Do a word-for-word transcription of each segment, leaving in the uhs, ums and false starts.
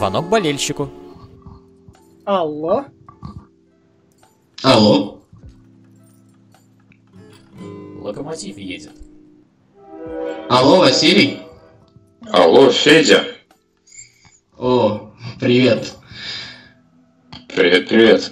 Звонок болельщику. Алло. Алло. Локомотив едет. Алло, Василий. Алло, Федя. О, привет. Привет, привет.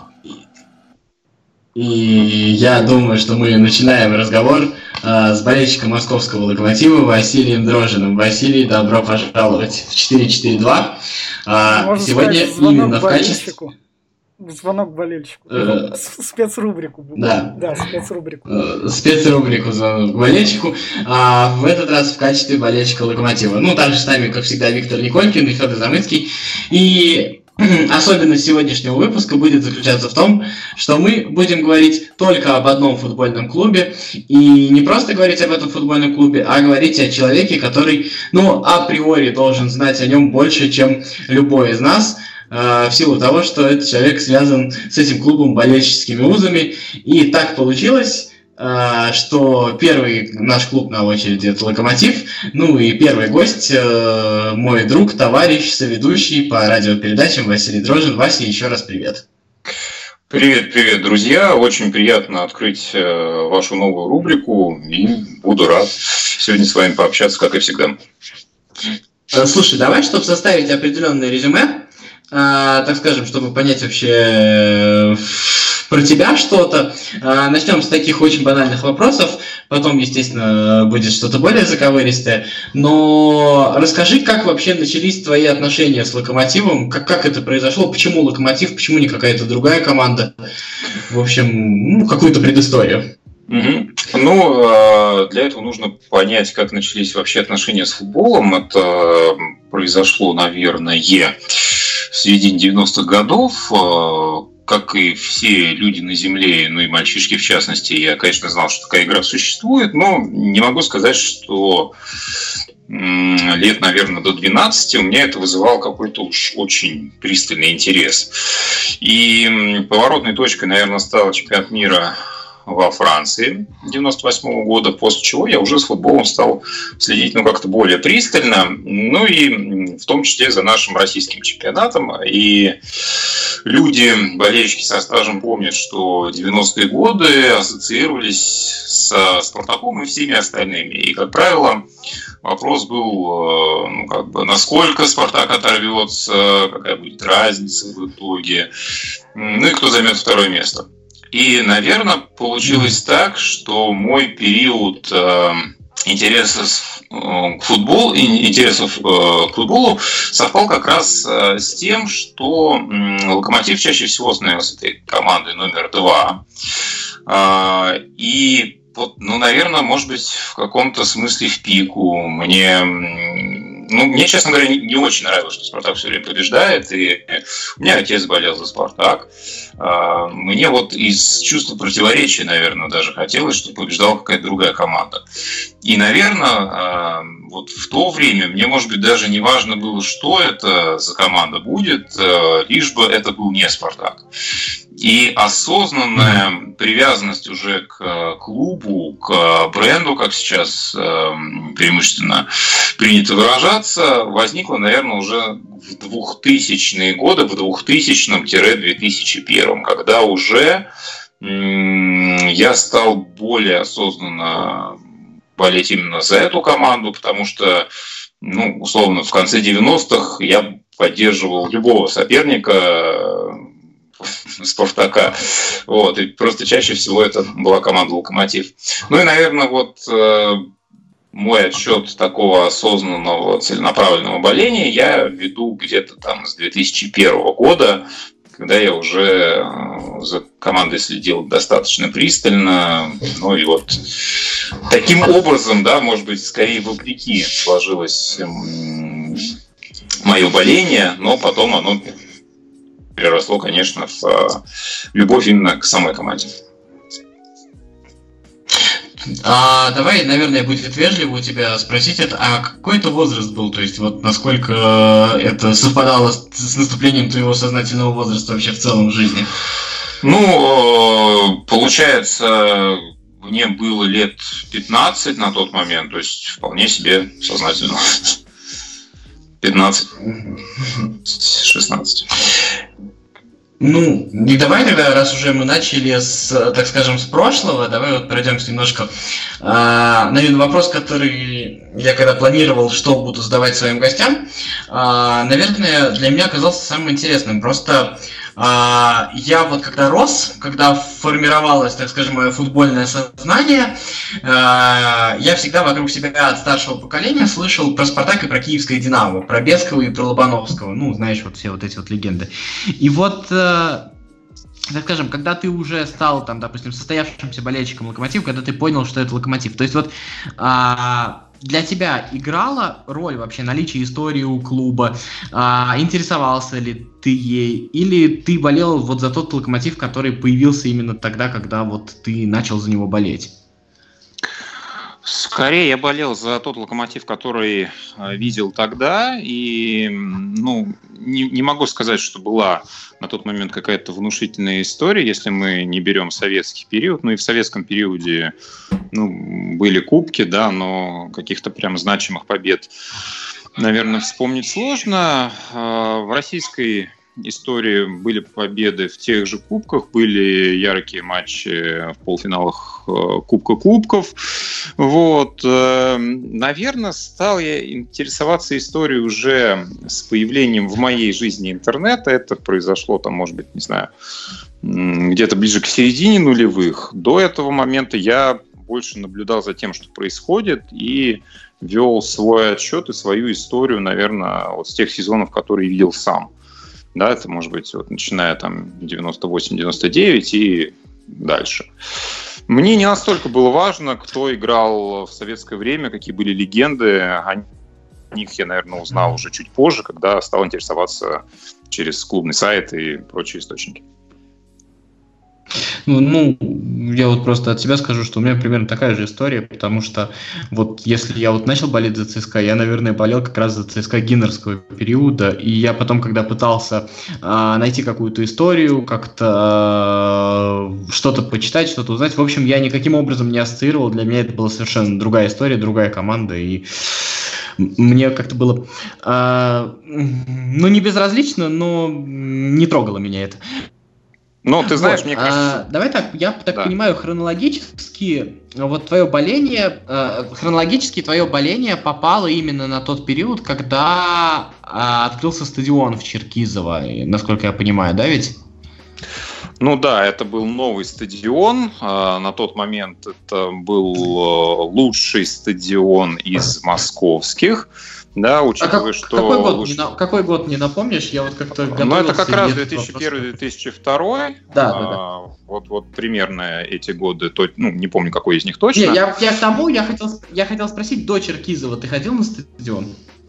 И я думаю, что мы начинаем разговор э, с болельщиком московского «Локомотива» Василием Дрожжиным. Василий, добро пожаловать в четыре четыре два. Э, сегодня сказать, именно в качестве... Звонок болельщику. Э, спецрубрику. Да. Да, спецрубрику. Э, спецрубрику звонок болельщику. А в этот раз в качестве болельщика «Локомотива». Ну, также с нами, как всегда, Виктор Николькин и Федор Замыцкий. И особенность сегодняшнего выпуска будет заключаться в том, что мы будем говорить только об одном футбольном клубе. И не просто говорить об этом футбольном клубе, а говорить о человеке, который, ну, априори должен знать о нем больше, чем любой из нас, в силу того, что этот человек связан с этим клубом болельческими узами. И так получилось, что первый наш клуб на очереди – это «Локомотив». Ну и первый гость – мой друг, товарищ, соведущий по радиопередачам Василий Дрожжин. Вася, еще раз привет. Привет, привет, друзья. Очень приятно открыть вашу новую рубрику. И буду рад сегодня с вами пообщаться, как и всегда. Слушай, давай, чтобы составить определенное резюме, А, так скажем, чтобы понять вообще про тебя что-то. А, начнем с таких очень банальных вопросов, потом, естественно, будет что-то более заковыристое. Но расскажи, как вообще начались твои отношения с «Локомотивом», как, как это произошло, почему «Локомотив», почему не какая-то другая команда. В общем, ну, какую-то предысторию. Угу. Ну, для этого нужно понять, как начались вообще отношения с футболом. Это произошло, наверное, в середине девяностых годов. Как и все люди на Земле, ну и мальчишки в частности, я, конечно, знал, что такая игра существует, но не могу сказать, что лет, наверное, до двенадцати у меня это вызывало какой-то уж очень пристальный интерес. И поворотной точкой, наверное, стал чемпионат мира во Франции девяносто восьмого года, после чего я уже с футболом стал следить, ну, как-то более пристально, ну и в том числе за нашим российским чемпионатом. И люди, болельщики со стажем, помнят, что девяностые годы ассоциировались со «Спартаком» и всеми остальными. И, как правило, вопрос был, ну, как бы, насколько «Спартак» оторвется, какая будет разница в итоге, ну и кто займет второе место. И, наверное, получилось так, что мой период э, интересов э, к футболу, интересов э, к футболу совпал как раз э, с тем, что э, «Локомотив» чаще всего становился этой командой номер два. Э, и, ну, наверное, может быть, в каком-то смысле в пику мне... Ну, мне, честно говоря, не, не очень нравилось, что «Спартак» все время побеждает, и у меня отец болел за «Спартак». Мне вот из чувства противоречия, наверное, даже хотелось, чтобы побеждала какая-то другая команда. И, наверное, вот в то время мне, может быть, даже не важно было, что это за команда будет, лишь бы это был не «Спартак». И осознанная привязанность уже к клубу, к бренду, как сейчас преимущественно принято выражаться, возникла, наверное, уже в двухтысячные годы, в двухтысячном - две тысячи первом, когда уже я стал более осознанно болеть именно за эту команду, потому что, ну, условно, в конце девяностых я поддерживал любого соперника «Спартака». Вот, и просто чаще всего это была команда «Локомотив». Ну и, наверное, вот э, мой отсчет такого осознанного, целенаправленного боления я веду где-то там с две тысячи первого года, когда я уже за командой следил достаточно пристально. Ну и вот таким образом, да, может быть, скорее вопреки сложилось мое боление, но потом оно переросло, конечно, в любовь именно к самой команде. А, давай, наверное, будет вежливо у тебя спросить это, а какой это возраст был? То есть, вот насколько это совпадало с, с наступлением твоего сознательного возраста вообще в целом в жизни? Ну, получается, мне было лет пятнадцать на тот момент, то есть вполне себе сознательно. пятнадцать шестнадцать. Ну, и давай тогда, раз уже мы начали с, так скажем, с прошлого, давай вот пройдемся немножко. А, наверное, вопрос, который я когда планировал, что буду задавать своим гостям, а, наверное, для меня оказался самым интересным. Просто а, я вот когда рос, когда формировалось, так скажем, мое футбольное сознание, а, я всегда вокруг себя от старшего поколения слышал про «Спартак» и про «Киевское Динамо», про Бескова и про Лобановского. Ну, знаешь, вот все вот эти вот легенды. И вот... так скажем, когда ты уже стал, там, допустим, состоявшимся болельщиком «Локомотива», когда ты понял, что это «Локомотив», то есть вот а, для тебя играла роль вообще наличие истории у клуба, а, интересовался ли ты ей, или ты болел вот за тот «Локомотив», который появился именно тогда, когда вот ты начал за него болеть? Скорее я болел за тот «Локомотив», который видел тогда, и ну, не, не могу сказать, что была на тот момент какая-то внушительная история, если мы не берем советский период. Ну и в советском периоде ну, были кубки, да, но каких-то прям значимых побед, наверное, вспомнить сложно. В российской истории были победы в тех же кубках, были яркие матчи в полуфиналах Кубка Кубков. Вот. Наверное, стал я интересоваться историей уже с появлением в моей жизни интернета. Это произошло, там, может быть, не знаю, где-то ближе к середине нулевых. До этого момента я больше наблюдал за тем, что происходит, и вел свой отчет и свою историю, наверное, вот с тех сезонов, которые видел сам. Да, это может быть вот, начиная там девяносто восемь девяносто девять и дальше. Мне не настолько было важно, кто играл в советское время, какие были легенды. О них я, наверное, узнал уже чуть позже, когда стал интересоваться через клубный сайт и прочие источники. Ну, ну, я вот просто от себя скажу, что у меня примерно такая же история, потому что вот если я вот начал болеть за ЦСКА, я, наверное, болел как раз за ЦСКА Гиннерского периода, и я потом, когда пытался э, найти какую-то историю, как-то э, что-то почитать, что-то узнать, в общем, я никаким образом не ассоциировал, для меня это была совершенно другая история, другая команда, и мне как-то было, э, ну, не безразлично, но не трогало меня это. Ну, ты знаешь, вот, мне кажется... А, давай так, я так да. понимаю, хронологически вот твое боление, э, хронологически твое боление попало именно на тот период, когда э, открылся стадион в Черкизово, насколько я понимаю, да ведь? Ну да, это был новый стадион. На тот момент это был лучший стадион из московских. Да, учитывая, а как, что... Какой год, луч... не, какой год не напомнишь? Я вот как-то готовился... Ну, это как раз две тысячи первый - две тысячи второй. Да, а, да, да. Вот, вот примерно эти годы, то, ну, не помню, какой из них точно. Не, я, я к тому, я хотел, я хотел спросить, до Черкизова ты ходил на стадион?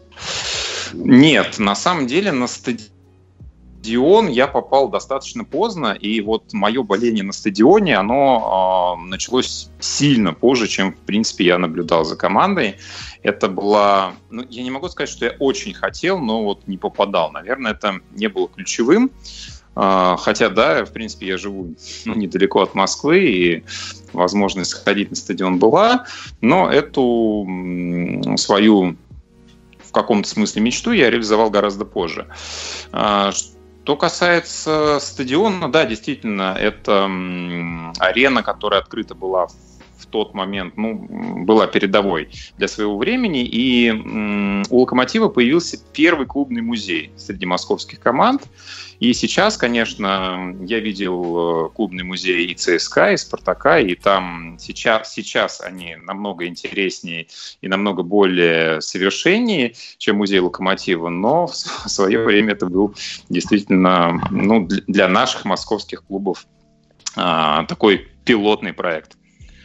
Нет, на самом деле на стадион я попал достаточно поздно, и вот мое боление на стадионе, оно э, началось сильно позже, чем, в принципе, я наблюдал за командой. Это была... Ну, я не могу сказать, что я очень хотел, но вот не попадал. Наверное, это не было ключевым. Э, хотя, да, в принципе, я живу ну, недалеко от Москвы, и возможность сходить на стадион была, но эту м, свою в каком-то смысле мечту я реализовал гораздо позже. Э, Что касается стадиона, да, действительно, это м, арена, которая открыта была в тот момент, ну, была передовой для своего времени, и м, у «Локомотива» появился первый клубный музей среди московских команд. И сейчас, конечно, я видел клубный музей и ЦСКА, и Спартака, и там сейчас, сейчас они намного интереснее и намного более совершеннее, чем музей «Локомотива», но в свое время это был действительно ну, для наших московских клубов а, такой пилотный проект.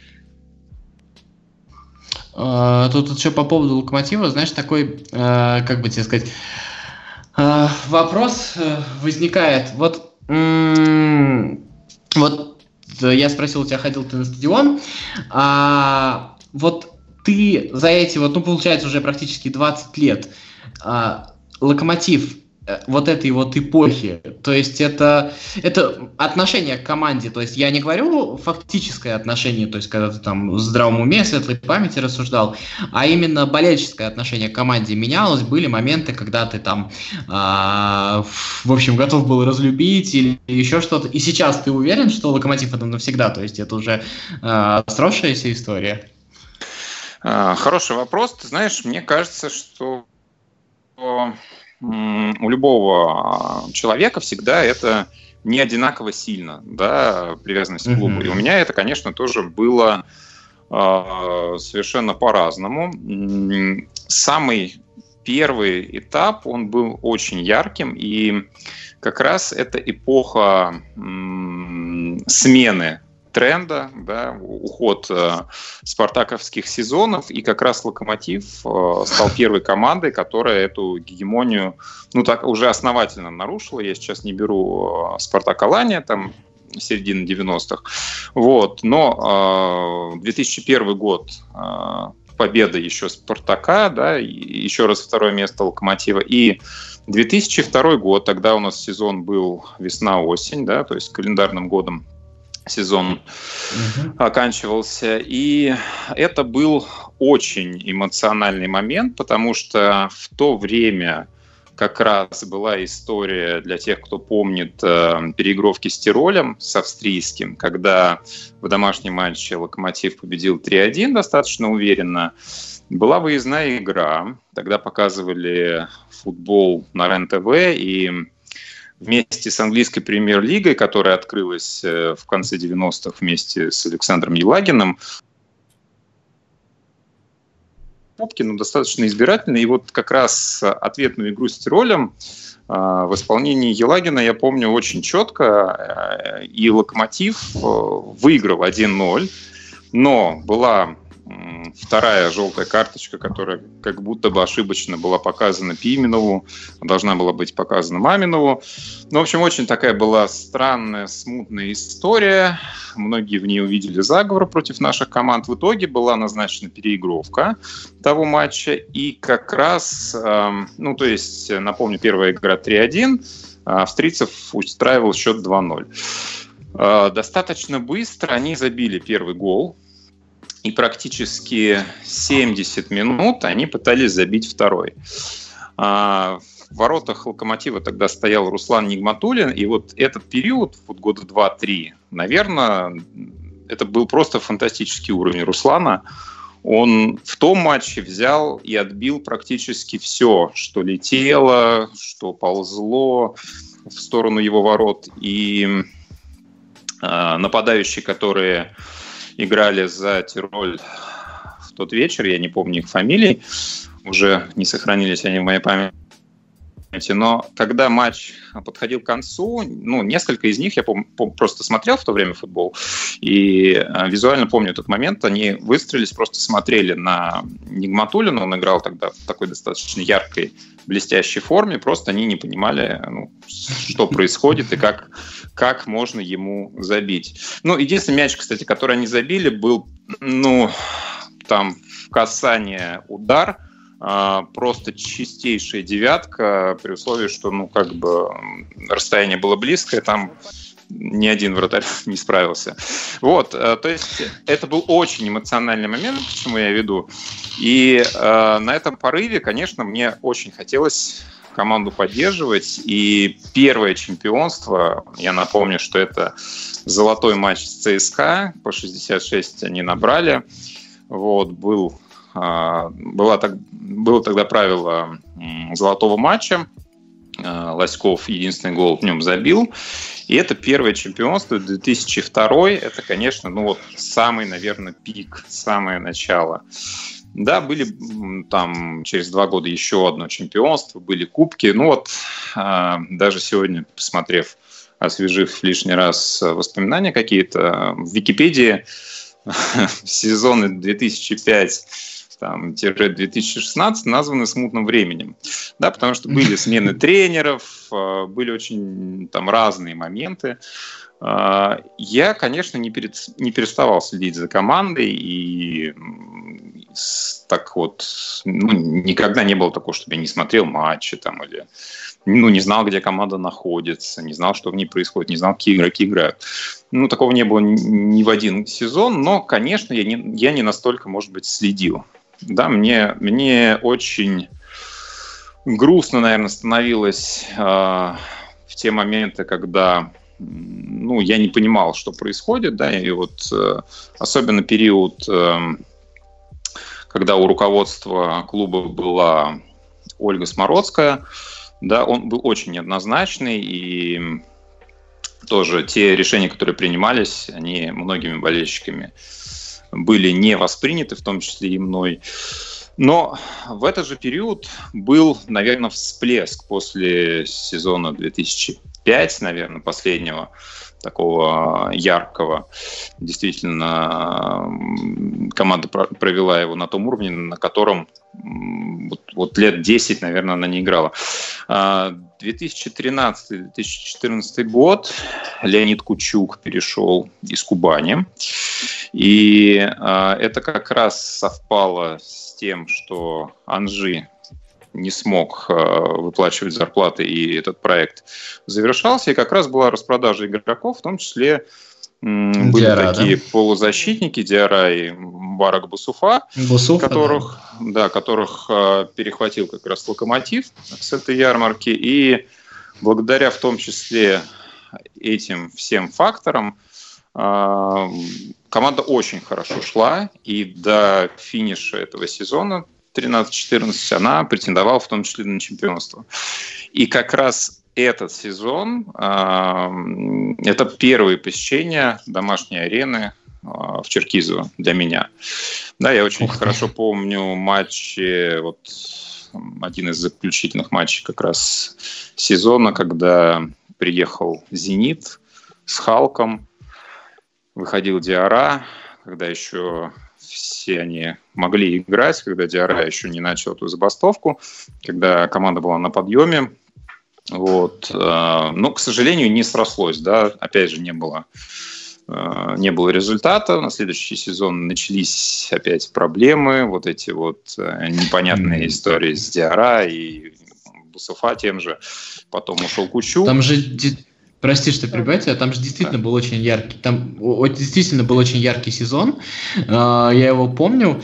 Тут еще по поводу «Локомотива», знаешь, такой, как бы тебе сказать, вопрос возникает. Вот, вот я спросил у тебя, ходил ты на стадион, а вот ты за эти, вот, ну, получается, уже практически двадцать лет, «Локомотив» — вот этой вот эпохи. То есть это, это отношение к команде. То есть я не говорю фактическое отношение, то есть когда ты там в здравом уме, светлой памяти рассуждал, а именно болельческое отношение к команде менялось. Были моменты, когда ты там, а, в общем, готов был разлюбить или еще что-то. И сейчас ты уверен, что «Локомотив» это навсегда? То есть это уже а, сросшаяся история? Хороший вопрос. Ты знаешь, мне кажется, что у любого человека всегда это не одинаково сильно, да, привязанность к клубу. Mm-hmm. И у меня это, конечно, тоже было э, совершенно по-разному. Самый первый этап, он был очень ярким, и как раз это эпоха м- смены тренда, да, уход э, спартаковских сезонов, и как раз «Локомотив» э, стал первой командой, которая эту гегемонию, ну, так уже основательно нарушила. Я сейчас не беру э, «Спартак» Алания, там, середины девяностых. Вот. Но э, две тысячи первый год, э, победа еще «Спартака», да, и еще раз второе место «Локомотива», и две тысячи второй год, тогда у нас сезон был весна-осень, да, то есть календарным годом сезон uh-huh. оканчивался, и это был очень эмоциональный момент, потому что в то время как раз была история, для тех, кто помнит, переигровки с Тиролем, с австрийским, когда в домашнем матче «Локомотив» победил три один достаточно уверенно. Была выездная игра, тогда показывали футбол на РЕН-ТВ, и вместе с английской премьер-лигой, которая открылась в конце девяностых вместе с Александром Елагиным, но достаточно избирательно. И вот как раз ответную игру с Тиролем в исполнении Елагина я помню очень четко. И «Локомотив» выиграл один ноль, но была вторая желтая карточка, которая как будто бы ошибочно была показана Пименову, должна была быть показана Маминову. Ну, в общем, очень такая была странная, смутная история. Многие в ней увидели заговор против наших команд. В итоге была назначена переигровка того матча. И как раз, ну, то есть, напомню, первая игра три один, австрийцев устраивал счет два ноль. Достаточно быстро они забили первый гол. И практически семьдесят минут они пытались забить второй. В воротах «Локомотива» тогда стоял Руслан Нигматуллин, и вот этот период, вот года два-три, наверное, это был просто фантастический уровень Руслана. Он в том матче взял и отбил практически все, что летело, что ползло в сторону его ворот. И нападающие, которые играли за Тироль в тот вечер, я не помню их фамилий, уже не сохранились они в моей памяти, но когда матч подходил к концу, ну, несколько из них, я пом- пом- просто смотрел в то время футбол, и э, визуально помню этот момент, они выстроились, просто смотрели на Нигматуллина, он играл тогда в такой достаточно яркой, блестящей форме, просто они не понимали, ну, что происходит и как, как можно ему забить. Ну, единственный мяч, кстати, который они забили, был, ну, там, в касание удар, просто чистейшая девятка, при условии, что, ну, как бы расстояние было близкое, там ни один вратарь не справился. Вот, то есть это был очень эмоциональный момент, к чему я веду. И э, на этом порыве, конечно, мне очень хотелось команду поддерживать. И первое чемпионство, я напомню, что это золотой матч с ЦСКА, по шестьдесят шесть они набрали. Вот, был Было, так, было тогда правило золотого матча. Лоськов единственный гол в нем забил. И это первое чемпионство, две тысячи второй. Это, конечно, ну вот самый, наверное, пик, самое начало. Да, были там через два года еще одно чемпионство, были кубки. Ну вот даже сегодня, посмотрев, освежив лишний раз воспоминания какие-то, в Википедии сезоны две тысячи пятый две тысячи шестнадцатый названы смутным временем, да, потому что были смены тренеров, были очень там разные моменты. Я, конечно, не, перед, не переставал следить за командой, и так вот, ну, никогда не было такого, чтобы я не смотрел матчи там, или ну, не знал, где команда находится, не знал, что в ней происходит, не знал, какие игроки играют. Ну, такого не было ни в один сезон, но, конечно, я не, я не настолько, может быть, следил. Да, мне, мне очень грустно, наверное, становилось э, в те моменты, когда ну, я не понимал, что происходит, да, и вот э, особенно период, э, когда у руководства клуба была Ольга Смородская, да, он был очень неоднозначный, и тоже те решения, которые принимались, они многими болельщиками были не восприняты, в том числе и мной. Но в этот же период был, наверное, всплеск после сезона две тысячи пятого, наверное, последнего, такого яркого. Действительно, команда провела его на том уровне, на котором вот, вот лет десять, наверное, она не играла. две тысячи тринадцатый - две тысячи четырнадцатый год Леонид Кучук перешел из Кубани. И это как раз совпало с тем, что Анжи не смог э, выплачивать зарплаты, и этот проект завершался, и как раз была распродажа игроков, в том числе м, были Диара, такие да? полузащитники, Диара и Мбарак Бусуфа, Бусуфа, которых, да. Да, которых э, перехватил как раз Локомотив с этой ярмарки, и благодаря в том числе этим всем факторам э, команда очень хорошо шла, и до финиша этого сезона тринадцать-четырнадцать она претендовала в том числе на чемпионство. И как раз этот сезон э, это первые посещения домашней арены э, в Черкизово для меня. Да, я очень хорошо помню матчи, вот один из заключительных матчей как раз сезона, когда приехал «Зенит» с «Халком», выходил Диара, когда еще все они могли играть, когда Диара еще не начал эту забастовку, когда команда была на подъеме. Вот. Но, к сожалению, не срослось. Да? Опять же, не было, не было результата. На следующий сезон начались опять проблемы, вот эти вот непонятные истории с Диара и Бусуфа тем же. Потом ушел Кучук. Там же... Прости, что перебиваю тебя, там же действительно был очень яркий, там действительно был очень яркий сезон, я его помню,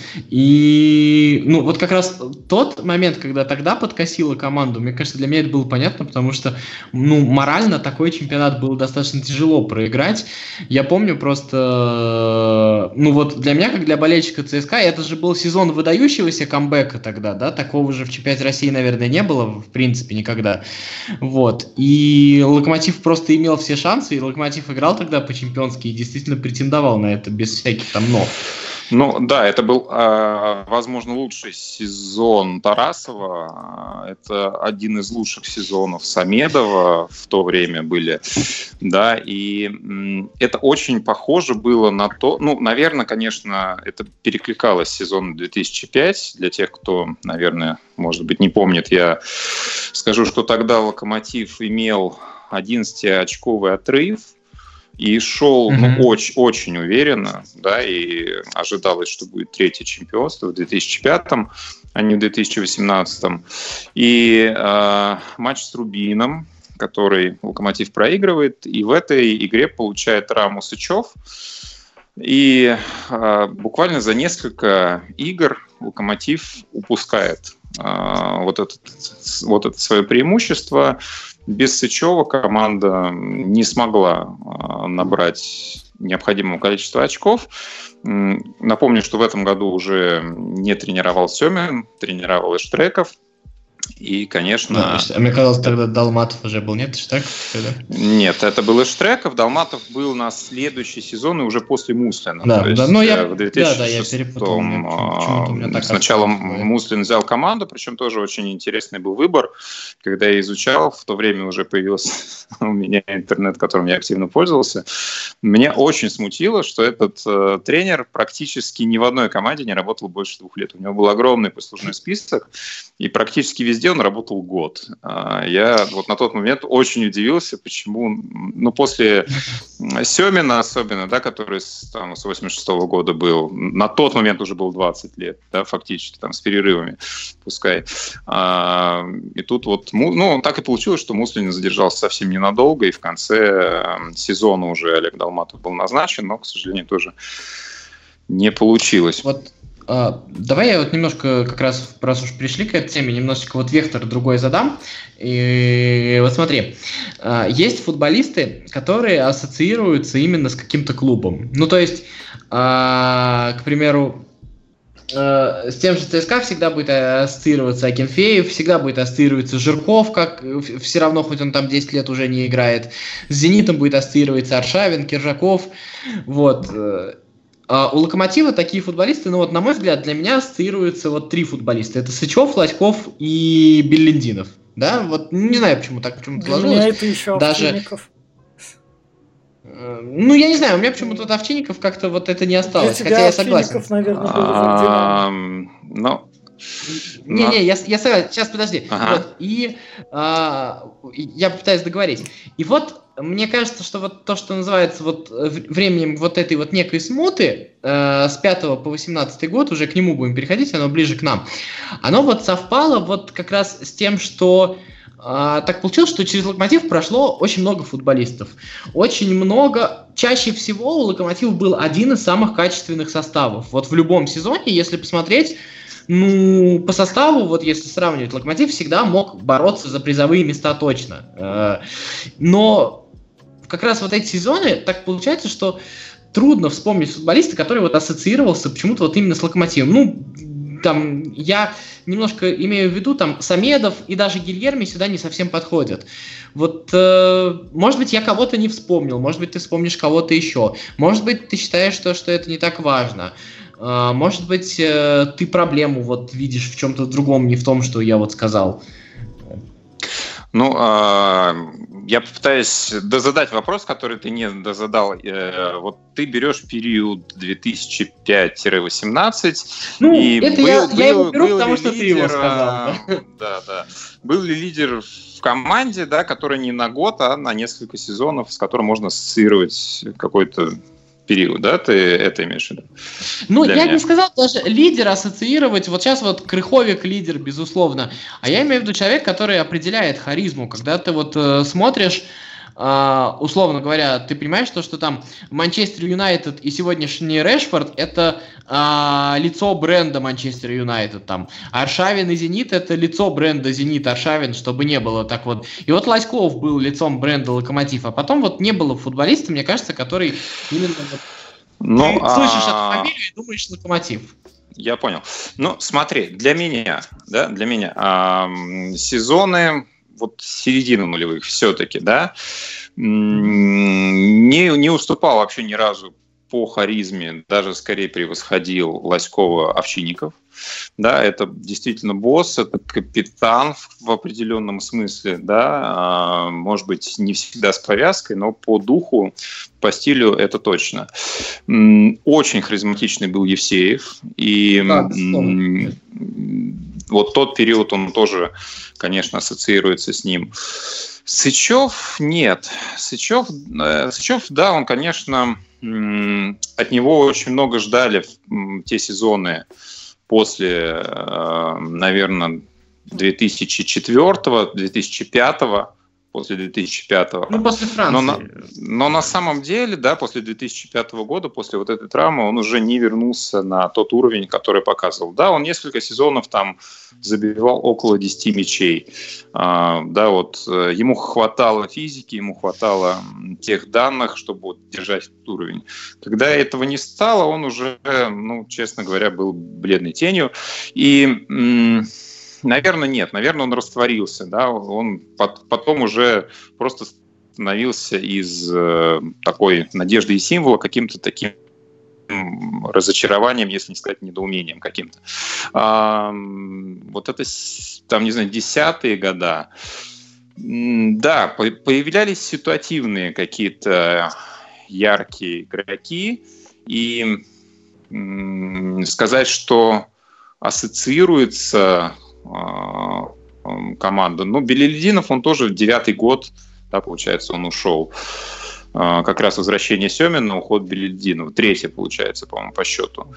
и ну вот как раз тот момент, когда тогда подкосила команду, мне кажется, для меня это было понятно, потому что ну морально такой чемпионат было достаточно тяжело проиграть. Я помню просто, ну вот для меня, как для болельщика ЦСКА, это же был сезон выдающегося камбэка тогда, да, такого же в чемпионате России, наверное, не было, в принципе, никогда, вот, и Локомотив просто имел все шансы, и Локомотив играл тогда по-чемпионски и действительно претендовал на это без всяких там «но». Ну да, это был, возможно, лучший сезон Тарасова. Это один из лучших сезонов Самедова в то время были. Да, и это очень похоже было на то... Ну, наверное, конечно, это перекликалось с сезоном две тысячи пятого. Для тех, кто, наверное, может быть, не помнит, я скажу, что тогда Локомотив имел одиннадцатиочковый отрыв и шел mm-hmm. ну, очень, очень уверенно, да, и ожидалось, что будет третье чемпионство в две тысячи пятом, а не в две тысячи восемнадцатом. И э, матч с Рубином, который Локомотив проигрывает, и в этой игре получает раму Сычев. И э, буквально за несколько игр Локомотив упускает э, вот, этот, вот это свое преимущество. Без Сычева команда не смогла э, набрать необходимого количества очков. Напомню, что в этом году уже не тренировал Семин, тренировал Иштреков. И, конечно... Да, а мне казалось, тогда Долматов уже был, нет, Иштреков? Тогда? Нет, это был Иштреков. Долматов был на следующий сезон и уже после Муслина. Да, То есть, да, но я, в две тысячи шестом, да, да, я перепутал. Почему-то у меня так сначала осталось. Муслин взял команду, причем тоже очень интересный был выбор. Когда я изучал, в то время уже появился у меня интернет, которым я активно пользовался. Меня очень смутило, что этот э, тренер практически ни в одной команде не работал больше двух лет. У него был огромный послужной список, и практически везде везде он работал год. Я вот на тот момент очень удивился, почему, ну, после Семина особенно, да, который там, с восемьдесят шестого года был, на тот момент уже был двадцать лет, да, фактически, там, с перерывами, пускай. И тут вот, ну, так и получилось, что Муслин задержался совсем ненадолго, и в конце сезона уже Олег Долматов был назначен, но, к сожалению, тоже не получилось. Вот. Uh, давай я вот немножко, как раз, раз уж пришли к этой теме, немножечко вот вектор другой задам. И вот смотри, uh, есть футболисты, которые ассоциируются именно с каким-то клубом. Ну, то есть, uh, к примеру, uh, с тем же ЦСКА всегда будет ассоциироваться Акинфеев, всегда будет ассоциироваться Жирков, как все равно, хоть он там десять лет уже не играет. С Зенитом будет ассоциироваться Аршавин, Киржаков, вот. Uh, у Локомотива такие футболисты, ну вот, на мой взгляд, для меня ассоциируются вот три футболиста. Это Сычев, Лоськов и Беллиндинов. Да, вот не знаю, почему так почему-то для сложилось. Меня это еще Даже... Овчинников. Uh, ну, я не знаю, у меня почему-то от Овчинников как-то вот это не осталось, Для хотя тебя я согласен. Овчинников, наверное, был в Ну... Не-не, я, я согласен. Сейчас, подожди. Ага. Вот, и а, я пытаюсь договорить. И вот мне кажется, что вот то, что называется вот временем вот этой вот некой смуты, э, с пятого по восемнадцатый год, уже к нему будем переходить, оно ближе к нам, оно вот совпало вот как раз с тем, что э, так получилось, что через Локомотив прошло очень много футболистов. Очень много, чаще всего у Локомотива был один из самых качественных составов. Вот в любом сезоне, если посмотреть, ну, по составу, вот если сравнивать, Локомотив всегда мог бороться за призовые места точно. Но как раз вот эти сезоны, так получается, что трудно вспомнить футболиста, который вот ассоциировался почему-то вот именно с Локомотивом. Ну, там, я немножко имею в виду, там, Самедов и даже Гильерми сюда не совсем подходят. Вот, э, может быть, я кого-то не вспомнил, может быть, ты вспомнишь кого-то еще. Может быть, ты считаешь, что, что это не так важно. Может быть, ты проблему вот видишь в чем-то другом, не в том, что я вот сказал. Ну, я попытаюсь дозадать вопрос, который ты не дозадал. Вот ты берешь период две тысячи пятый - восемнадцать. Ну, и это был, я, был, я его беру, потому что лидер, ты его сказал. Да? Да, да. Был ли лидер в команде, да, который не на год, а на несколько сезонов, с которым можно ассоциировать какой-то период, да, ты это имеешь в виду? Ну, Для я меня. не сказал даже лидер ассоциировать, вот сейчас вот Крыховик лидер, безусловно, а я имею в виду человек, который определяет харизму, когда ты вот э, смотришь, э, условно говоря, ты понимаешь, что, что там Манчестер Юнайтед и сегодняшний Решфорд — это э, лицо бренда Манчестер Юнайтед, там, Аршавин и Зенит — это лицо бренда Зенит Аршавин, чтобы не было так вот. И вот Лоськов был лицом бренда Локомотив, а потом вот не было футболиста, мне кажется, который именно вот, ну, ты слышишь а... эту фамилию и думаешь Локомотив. Я понял. Ну, смотри, для меня, да, для меня э, сезоны вот середины нулевых все-таки, да, не, не уступал вообще ни разу по харизме, даже скорее превосходил Лоськова Овчинников. Да, это действительно босс, это капитан в определенном смысле, да, может быть, не всегда с повязкой, но по духу, по стилю это точно. Очень харизматичный был Евсеев, и да, вот тот период, он тоже, конечно, ассоциируется с ним. Сычев нет. Сычев, Сычев, да, он, конечно, от него очень много ждали в те сезоны после, наверное, две тысячи четвёртого - две тысячи пятого, после две тысячи пятого. Ну, после Франции. Но на, но на самом деле, да, после две тысячи пятого года, после вот этой травмы, он уже не вернулся на тот уровень, который показывал. Да, он несколько сезонов там забивал около десяти мячей. А, да, вот ему хватало физики, ему хватало тех данных, чтобы вот держать этот уровень. Когда этого не стало, он уже, ну, честно говоря, был бледной тенью. И... М- Наверное, нет. Наверное, он растворился. Да? Он потом уже просто становился из э, такой надежды и символа каким-то таким разочарованием, если не сказать недоумением каким-то. А, вот это, там, не знаю, десятые года. Да, появлялись ситуативные какие-то яркие игроки. И м- сказать, что ассоциируется команда. Ну, Белелединов, он тоже девятый год, да, получается, он ушел. Как раз возвращение Семина, уход Белелединова. Третье, получается, по-моему, по счету.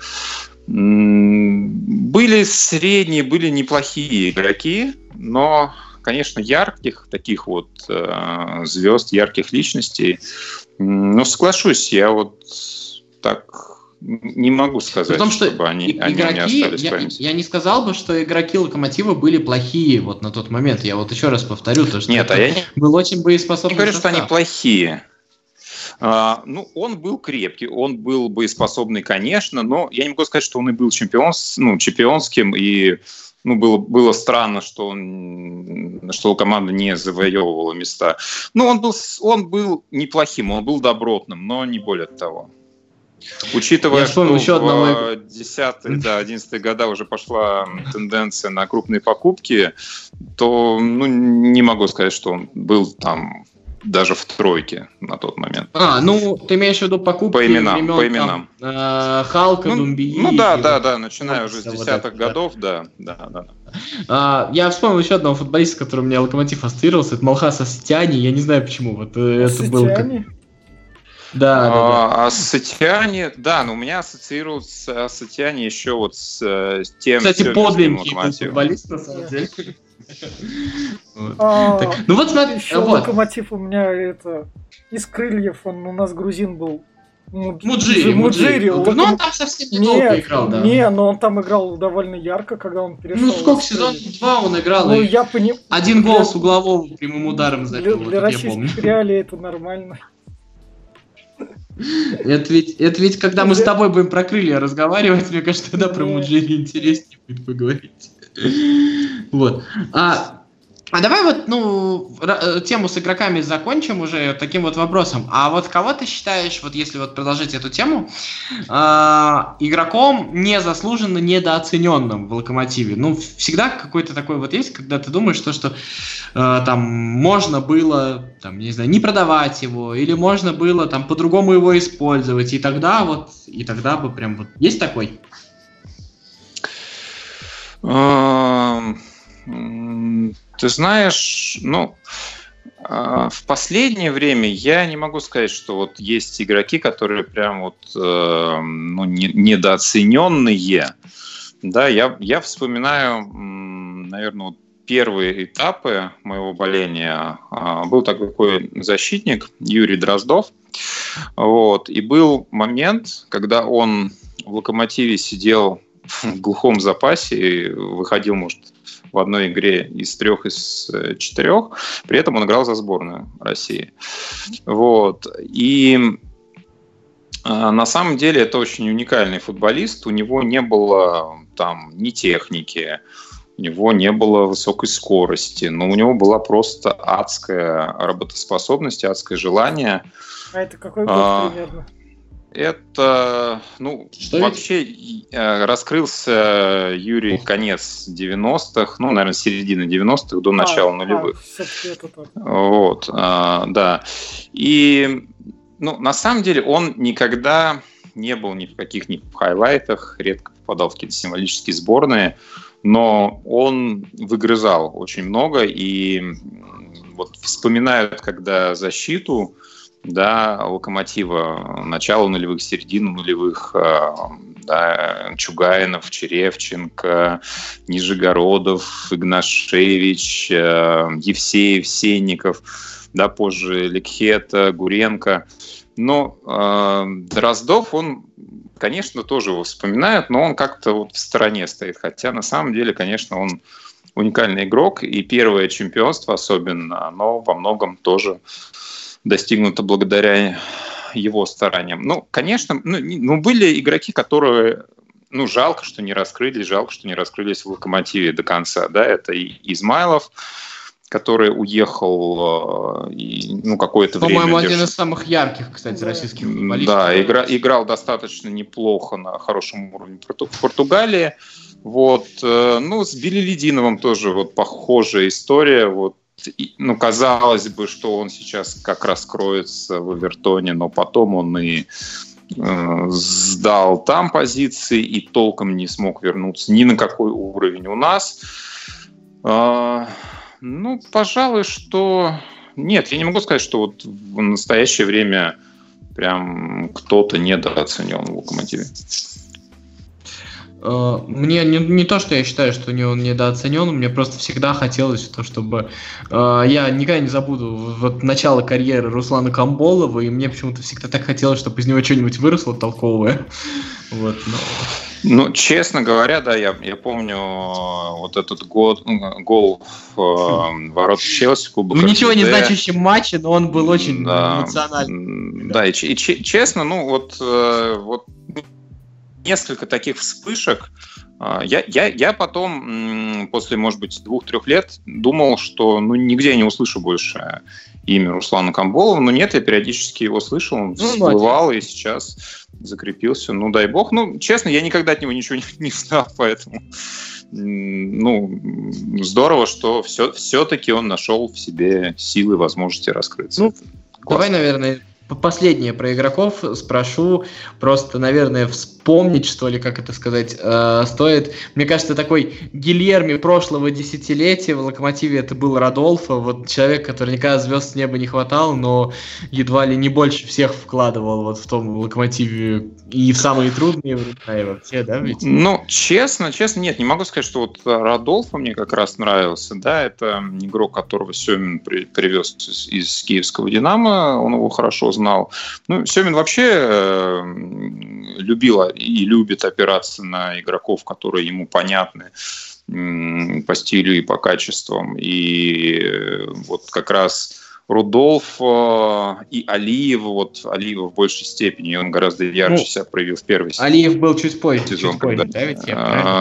Были средние, были неплохие игроки, но, конечно, ярких таких вот э, звезд, ярких личностей. Но соглашусь, я вот так не могу сказать, Потому что чтобы они, игроки, они у меня остались я, в памяти. Я не сказал бы, что игроки Локомотива были плохие вот на тот момент. Я вот еще раз повторю, то, что Нет, а я не, был очень боеспособный не говорю, состав. что они плохие. Uh, ну, он был крепкий, он был боеспособный, конечно, но я не могу сказать, что он и был чемпион, ну, чемпионским, и ну, было, было странно, что, он, что команда не завоевывала места. Ну, он был, он был неплохим, он был добротным, но не более того. Учитывая, что в одного... десятые, да, одиннадцатые года уже пошла тенденция на крупные покупки, то ну, не могу сказать, что он был там даже в тройке на тот момент. А, ну, ты имеешь в виду покупки по именам, времен, по именам. Там, э, Халка, ну, Думбии? Ну да, да, вот, да, начиная вот уже с вот десятых годов, да, да, да. А, я вспомнил еще одного футболиста, с которым у меня Локомотив ассоциировался, это Малхас Асетиани, я не знаю почему. Вот это был как... Да, да, да. А Асетиани, да, но у меня ассоциируется Асетиани еще вот с, с тем... Кстати, подлинный футболист, на самом деле. А, так, ну вот смотри, еще вот. Локомотив у меня это из крыльев, он у нас грузин был. Муджири, Муджири. Ну он там совсем недолго играл, да. Не, но он там играл довольно ярко, когда он перешел. Ну сколько, сезон два он играл, ну, я пони... один гол с углового прямым ударом забил, для, вот для я помню. российских реалий это нормально. Это ведь, это ведь когда мы с тобой будем про крылья разговаривать, мне кажется, тогда про Муджири интереснее будет поговорить. Вот. А, а давай вот, ну, тему с игроками закончим уже таким вот вопросом. А вот кого ты считаешь, вот если вот продолжить эту тему, э, игроком незаслуженно недооцененным в Локомотиве? Ну, всегда какой-то такой вот есть, когда ты думаешь, что, что э, там можно было, там, не знаю, не продавать его, или можно было там по-другому его использовать, и тогда вот, и тогда бы прям вот... Есть такой? Ты знаешь, ну, в последнее время я не могу сказать, что вот есть игроки, которые прям вот ну, недооцененные. Да, я, я вспоминаю, наверное, вот первые этапы моего боления. Был такой защитник Юрий Дроздов. Вот, и был момент, когда он в Локомотиве сидел в глухом запасе и выходил, может, в одной игре из трех, из четырех. При этом он играл за сборную России. Вот. И э, на самом деле это очень уникальный футболист. У него не было там ни техники, у него не было высокой скорости, но у него была просто адская работоспособность, адское желание. А это какой год а, примерно? Это, ну, Что вообще это? Раскрылся Юрий конец девяностых, ну, наверное, середины девяностых до начала а, нулевых. А, вот, а, да. И, ну, на самом деле он никогда не был ни в каких ни в хайлайтах, редко попадал в какие-то символические сборные, но он выгрызал очень много, и вот вспоминают, когда защиту, да, Локомотива начала нулевых, середину нулевых, да, Чугаинов, Черевченко, Нижегородов, Игнашевич, Евсеев, Сенников, да, позже Лекхета, Гуренко. Но э, Дроздов, он, конечно, тоже его вспоминает, но он как-то вот в стороне стоит. Хотя на самом деле, конечно, он уникальный игрок, и первое чемпионство особенно, оно во многом тоже достигнуто благодаря его стараниям. Ну, конечно, ну, ну, были игроки, которые, ну, жалко, что не раскрылись, жалко, что не раскрылись в Локомотиве до конца, да, это и Измайлов, который уехал и, ну, какое-то время... По-моему, держ... один из самых ярких, кстати, российских футболистов. Да, игра, играл достаточно неплохо на хорошем уровне в Португалии. Вот, ну, с Белелединовым тоже вот похожая история, вот. Ну, казалось бы, что он сейчас как раз кроется в Эвертоне, но потом он и э, сдал там позиции и толком не смог вернуться ни на какой уровень у нас. Э, Ну, пожалуй, что... Нет, я не могу сказать, что вот в настоящее время прям кто-то недооценен в «Локомотиве». Мне не, не то, что я считаю, что он недооценен, мне просто всегда хотелось, то, чтобы... Э, я никогда не забуду вот начало карьеры Руслана Камболова, и мне почему-то всегда так хотелось, чтобы из него что-нибудь выросло толковое. Вот, но... Ну, честно говоря, да, я, я помню вот этот год, гол в э, ворот Челси, Кубок В ничего не эр тэ дэ. значащем матче, но он был очень да, эмоциональный. Да, и, и честно, ну вот, э, вот несколько таких вспышек. Я, я, я потом, после, может быть, двух-трех лет, думал, что ну, нигде я не услышу больше имя Руслана Камболова, но нет, я периодически его слышал, он ну, всплывал и сейчас закрепился, ну дай бог. Ну, честно, я никогда от него ничего не, не знал, поэтому ну, здорово, что все, все-таки он нашел в себе силы и возможности раскрыться. Ну, давай, наверное, последнее про игроков спрошу, просто, наверное, вспомнить, что ли, как это сказать, э, стоит. Мне кажется, такой Гильерми прошлого десятилетия в «Локомотиве» это был Родолфо, вот человек, который никогда звезд с неба не хватал, но едва ли не больше всех вкладывал вот в том «Локомотиве» и в самые трудные времена, и вообще, да, ведь? Ну, честно, честно, нет, не могу сказать, что вот Родолфо мне как раз нравился, да, это игрок, которого Семин при, привез из, из киевского «Динамо», он его хорошо знал. Ну, Семин вообще э, любил и любит опираться на игроков, которые ему понятны э, по стилю и по качествам. И э, вот как раз Рудольф э, и Алиев, вот Алиев в большей степени, он гораздо ярче ну, себя проявил в первый сезон. Алиев был чуть позже, сезон, чуть позже, когда... да, ведь?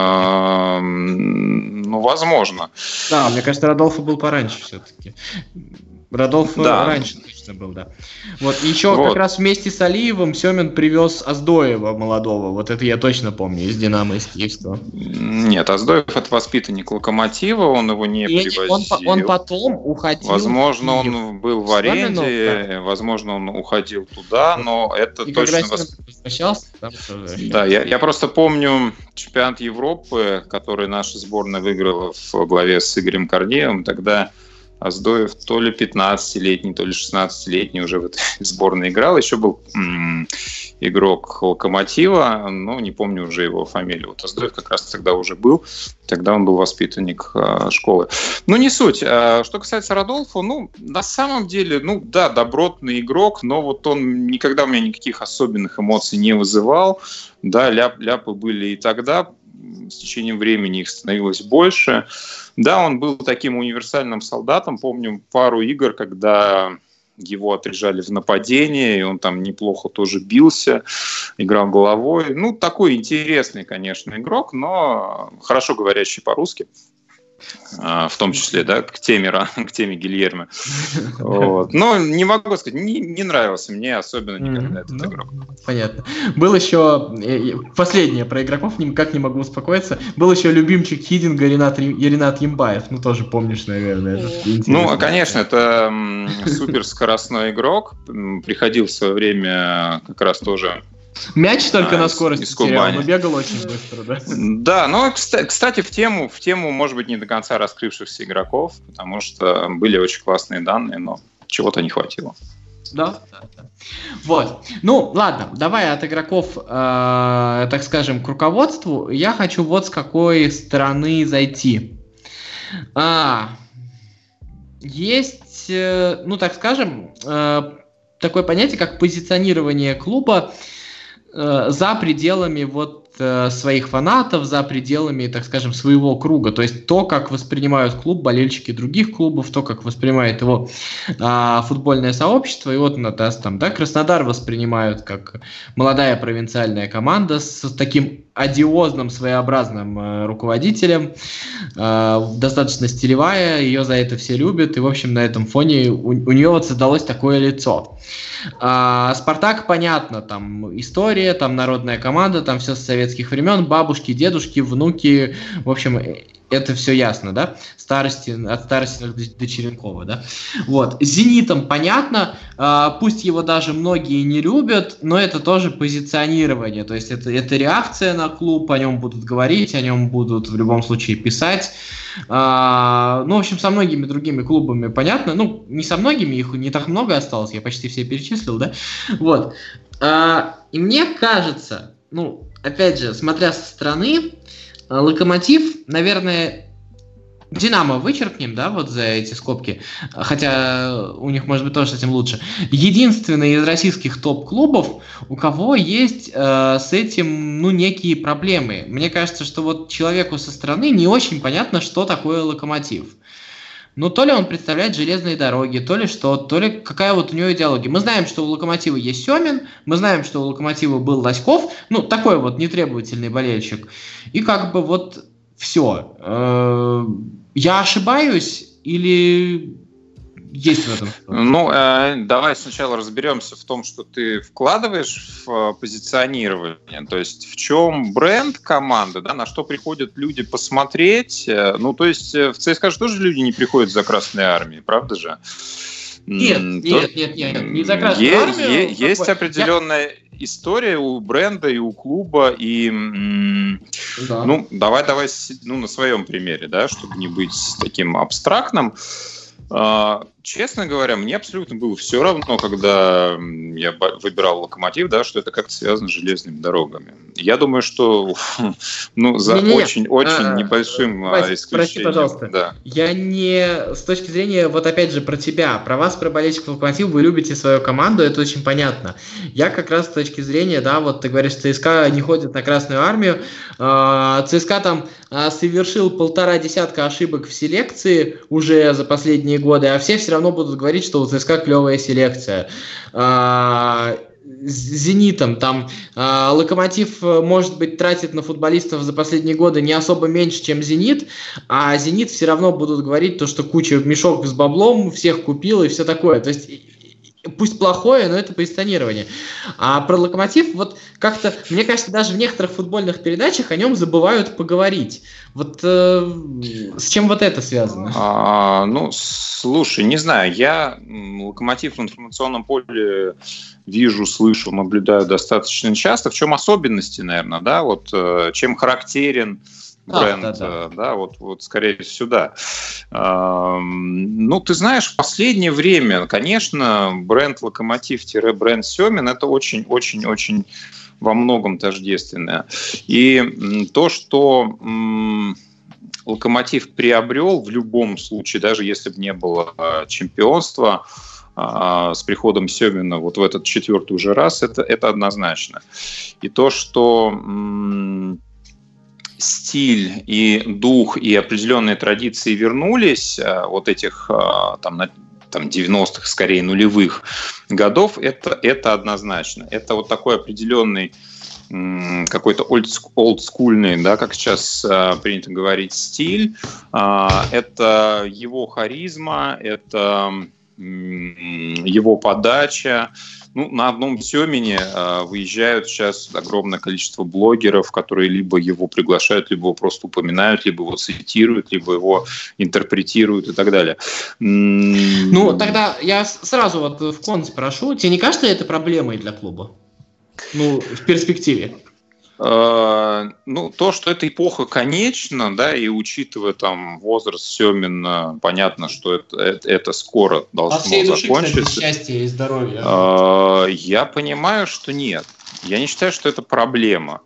А, ну, возможно. Да, мне кажется, Родольфо был пораньше все-таки. Родольфо да. раньше точно был, да. Вот, и еще вот. как раз вместе с Алиевым Семин привез Оздоева молодого, вот это я точно помню, из «Динамо», из Киевского. Нет, Оздоев — это воспитанник «Локомотива», он его не и привозил. Он, он потом уходил. Возможно, он был в аренде, да. возможно, он уходил туда, но это и точно... возвращался, там тоже... Да, я, я просто помню чемпионат Европы, который наша сборная выиграла в главе с Игорем Корнеевым, тогда... Оздоев то ли пятнадцатилетний, то ли шестнадцатилетний уже в этой сборной играл. Еще был м- игрок «Локомотива», но не помню уже его фамилию. Вот Оздоев как раз тогда уже был. Тогда он был воспитанник э, школы. Ну, не суть. А, что касается Родольфо, ну, на самом деле, ну, да, добротный игрок, но вот он никогда у меня никаких особенных эмоций не вызывал. Да, ляп- ляпы были и тогда. С течением времени их становилось больше. Да, он был таким универсальным солдатом. Помню пару игр, когда его отрежали в нападении, и он там неплохо тоже бился, играл головой. Ну, такой интересный, конечно, игрок, но хорошо говорящий по-русски. В том числе, да, к теме, к теме Гильермо. Вот. Но не могу сказать, не, не нравился мне особенно никогда mm-hmm. этот ну, игрок. Понятно. Был еще, последнее про игроков, никак не могу успокоиться, был еще любимчик Хидинга Ренат, Ренат Ямбаев, ну тоже помнишь, наверное. Ну, конечно, это суперскоростной игрок, приходил в свое время как раз тоже... Мяч только а, на скорости терял, но бегал очень быстро, да? Да, но, кстати, в тему, в тему, может быть, не до конца раскрывшихся игроков, потому что были очень классные данные, но чего-то не хватило. Да, да, да. Вот. Ну, ладно, давай от игроков, э, так скажем, к руководству. Я хочу вот с какой стороны зайти. А, есть, э, ну, так скажем, э, такое понятие, как позиционирование клуба за пределами вот своих фанатов, за пределами, так скажем, своего круга. То есть то, как воспринимают клуб болельщики других клубов, то, как воспринимает его а, футбольное сообщество. И вот у нас там, да, Краснодар воспринимают как молодая провинциальная команда с таким одиозным, своеобразным э, руководителем, э, достаточно стилевая, ее за это все любят, и, в общем, на этом фоне у, у нее вот создалось такое лицо. А, Спартак, понятно, там история, там народная команда, там все с советских времен, бабушки, дедушки, внуки, в общем, это все ясно, да? Старости, от старости до Черенкова, да? Вот. С «Зенитом» понятно, э, пусть его даже многие не любят, но это тоже позиционирование, то есть это, это реакция на клуб, о нем будут говорить, о нем будут в любом случае писать. А, ну, в общем, со многими другими клубами понятно. Ну, не со многими, их не так много осталось, я почти все перечислил, да? Вот. А, и мне кажется, ну, опять же, смотря со стороны, Локомотив, наверное, Динамо вычеркнем, да, вот за эти скобки, хотя у них, может быть, тоже с этим лучше. Единственный из российских топ-клубов, у кого есть э, с этим, ну, некие проблемы. Мне кажется, что вот человеку со стороны не очень понятно, что такое Локомотив. Ну, то ли он представляет железные дороги, то ли что, то ли какая вот у него идеология. Мы знаем, что у Локомотива есть Семин, мы знаем, что у Локомотива был Лоськов, ну, такой вот нетребовательный болельщик. И как бы вот все. Я ошибаюсь или есть в этом? Ну, э, давай сначала разберемся в том, что ты вкладываешь в э, позиционирование. То есть в чем бренд команды, да, на что приходят люди посмотреть. Э, ну, то есть в ЦСКА же тоже люди не приходят за Красной Армией, правда же? Нет, нет, нет, нет, не за Красную е- Армию. е- есть какой? определенная Я... история у бренда и у клуба, и да. ну, давай, давай, ну, на своем примере, да, чтобы не быть таким абстрактным. Честно говоря, мне абсолютно было все равно, когда я выбирал Локомотив, да, что это как-то связано с железными дорогами. Я думаю, что ну, за очень-очень небольшим Вась, исключением. Прости, пожалуйста. Да. Я не с точки зрения, вот опять же, про тебя, про вас, про болельщиков Локомотива, вы любите свою команду, это очень понятно. Я как раз с точки зрения, да, вот ты говоришь, ЦСКА не ходит на Красную Армию, ЦСКА там совершил полтора десятка ошибок в селекции уже за последние годы, а все все равно будут говорить, что у ЦСКА клевая селекция. С Зенитом там Локомотив, может быть, тратит на футболистов за последние годы не особо меньше, чем Зенит, а Зенит все равно будут говорить то, что куча мешок с баблом, всех купил и все такое. То есть пусть плохое, но это позиционирование. А про Локомотив, вот как-то, мне кажется, даже в некоторых футбольных передачах о нем забывают поговорить. Вот э, с чем вот это связано? А, ну, слушай, не знаю, я Локомотив в информационном поле вижу, слышу, наблюдаю достаточно часто. В чем особенности, наверное, да, вот чем характерен бренд, да, да, да. да вот, вот скорее сюда. Ну, ты знаешь, в последнее время, конечно, бренд Локомотив-бренд Семин — это очень-очень-очень во многом тождественное. И то, что Локомотив приобрел в любом случае, даже если бы не было чемпионства, с приходом Семина вот в этот четвертый уже раз, это, это однозначно. И то, что м- стиль и дух и определенные традиции вернулись, вот этих там, там девяностых, скорее нулевых годов, это, это однозначно. Это вот такой определенный какой-то олдскульный, да, как сейчас принято говорить, стиль. Это его харизма, это его подача. Ну, на одном Семине э, выезжают сейчас огромное количество блогеров, которые либо его приглашают, либо его просто упоминают, либо его цитируют, либо его интерпретируют и так далее. Ну, тогда я сразу вот в кон спрошу. Тебе не кажется это проблемой для клуба? Ну, в перспективе. Ну, то, что эта эпоха конечна, да, и учитывая там возраст Семина, понятно, что это, это, это скоро должно закончиться. Кстати, счастья и здоровья. Я понимаю, что нет. Я не считаю, что это проблема.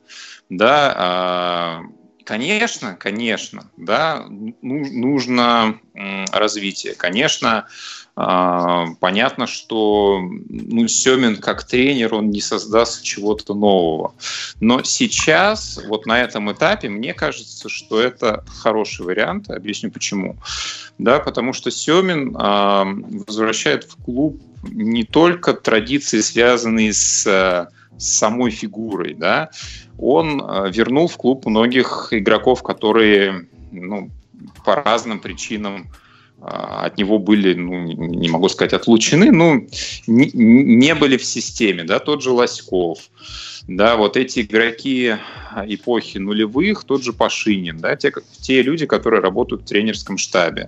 Да, конечно, конечно, да, нужно развитие. Конечно, понятно, что ну, Семин как тренер, он не создаст чего-то нового. Но сейчас, вот на этом этапе, мне кажется, что это хороший вариант. Объясню почему. Да, потому что Семин э, возвращает в клуб не только традиции, связанные с, с самой фигурой. Да? Он э, вернул в клуб многих игроков, которые ну, по разным причинам от него были, ну, не могу сказать, отлучены, но не, не были в системе, да, тот же Лоськов, да, вот эти игроки эпохи нулевых, тот же Пашинин, да, те, те люди, которые работают в тренерском штабе.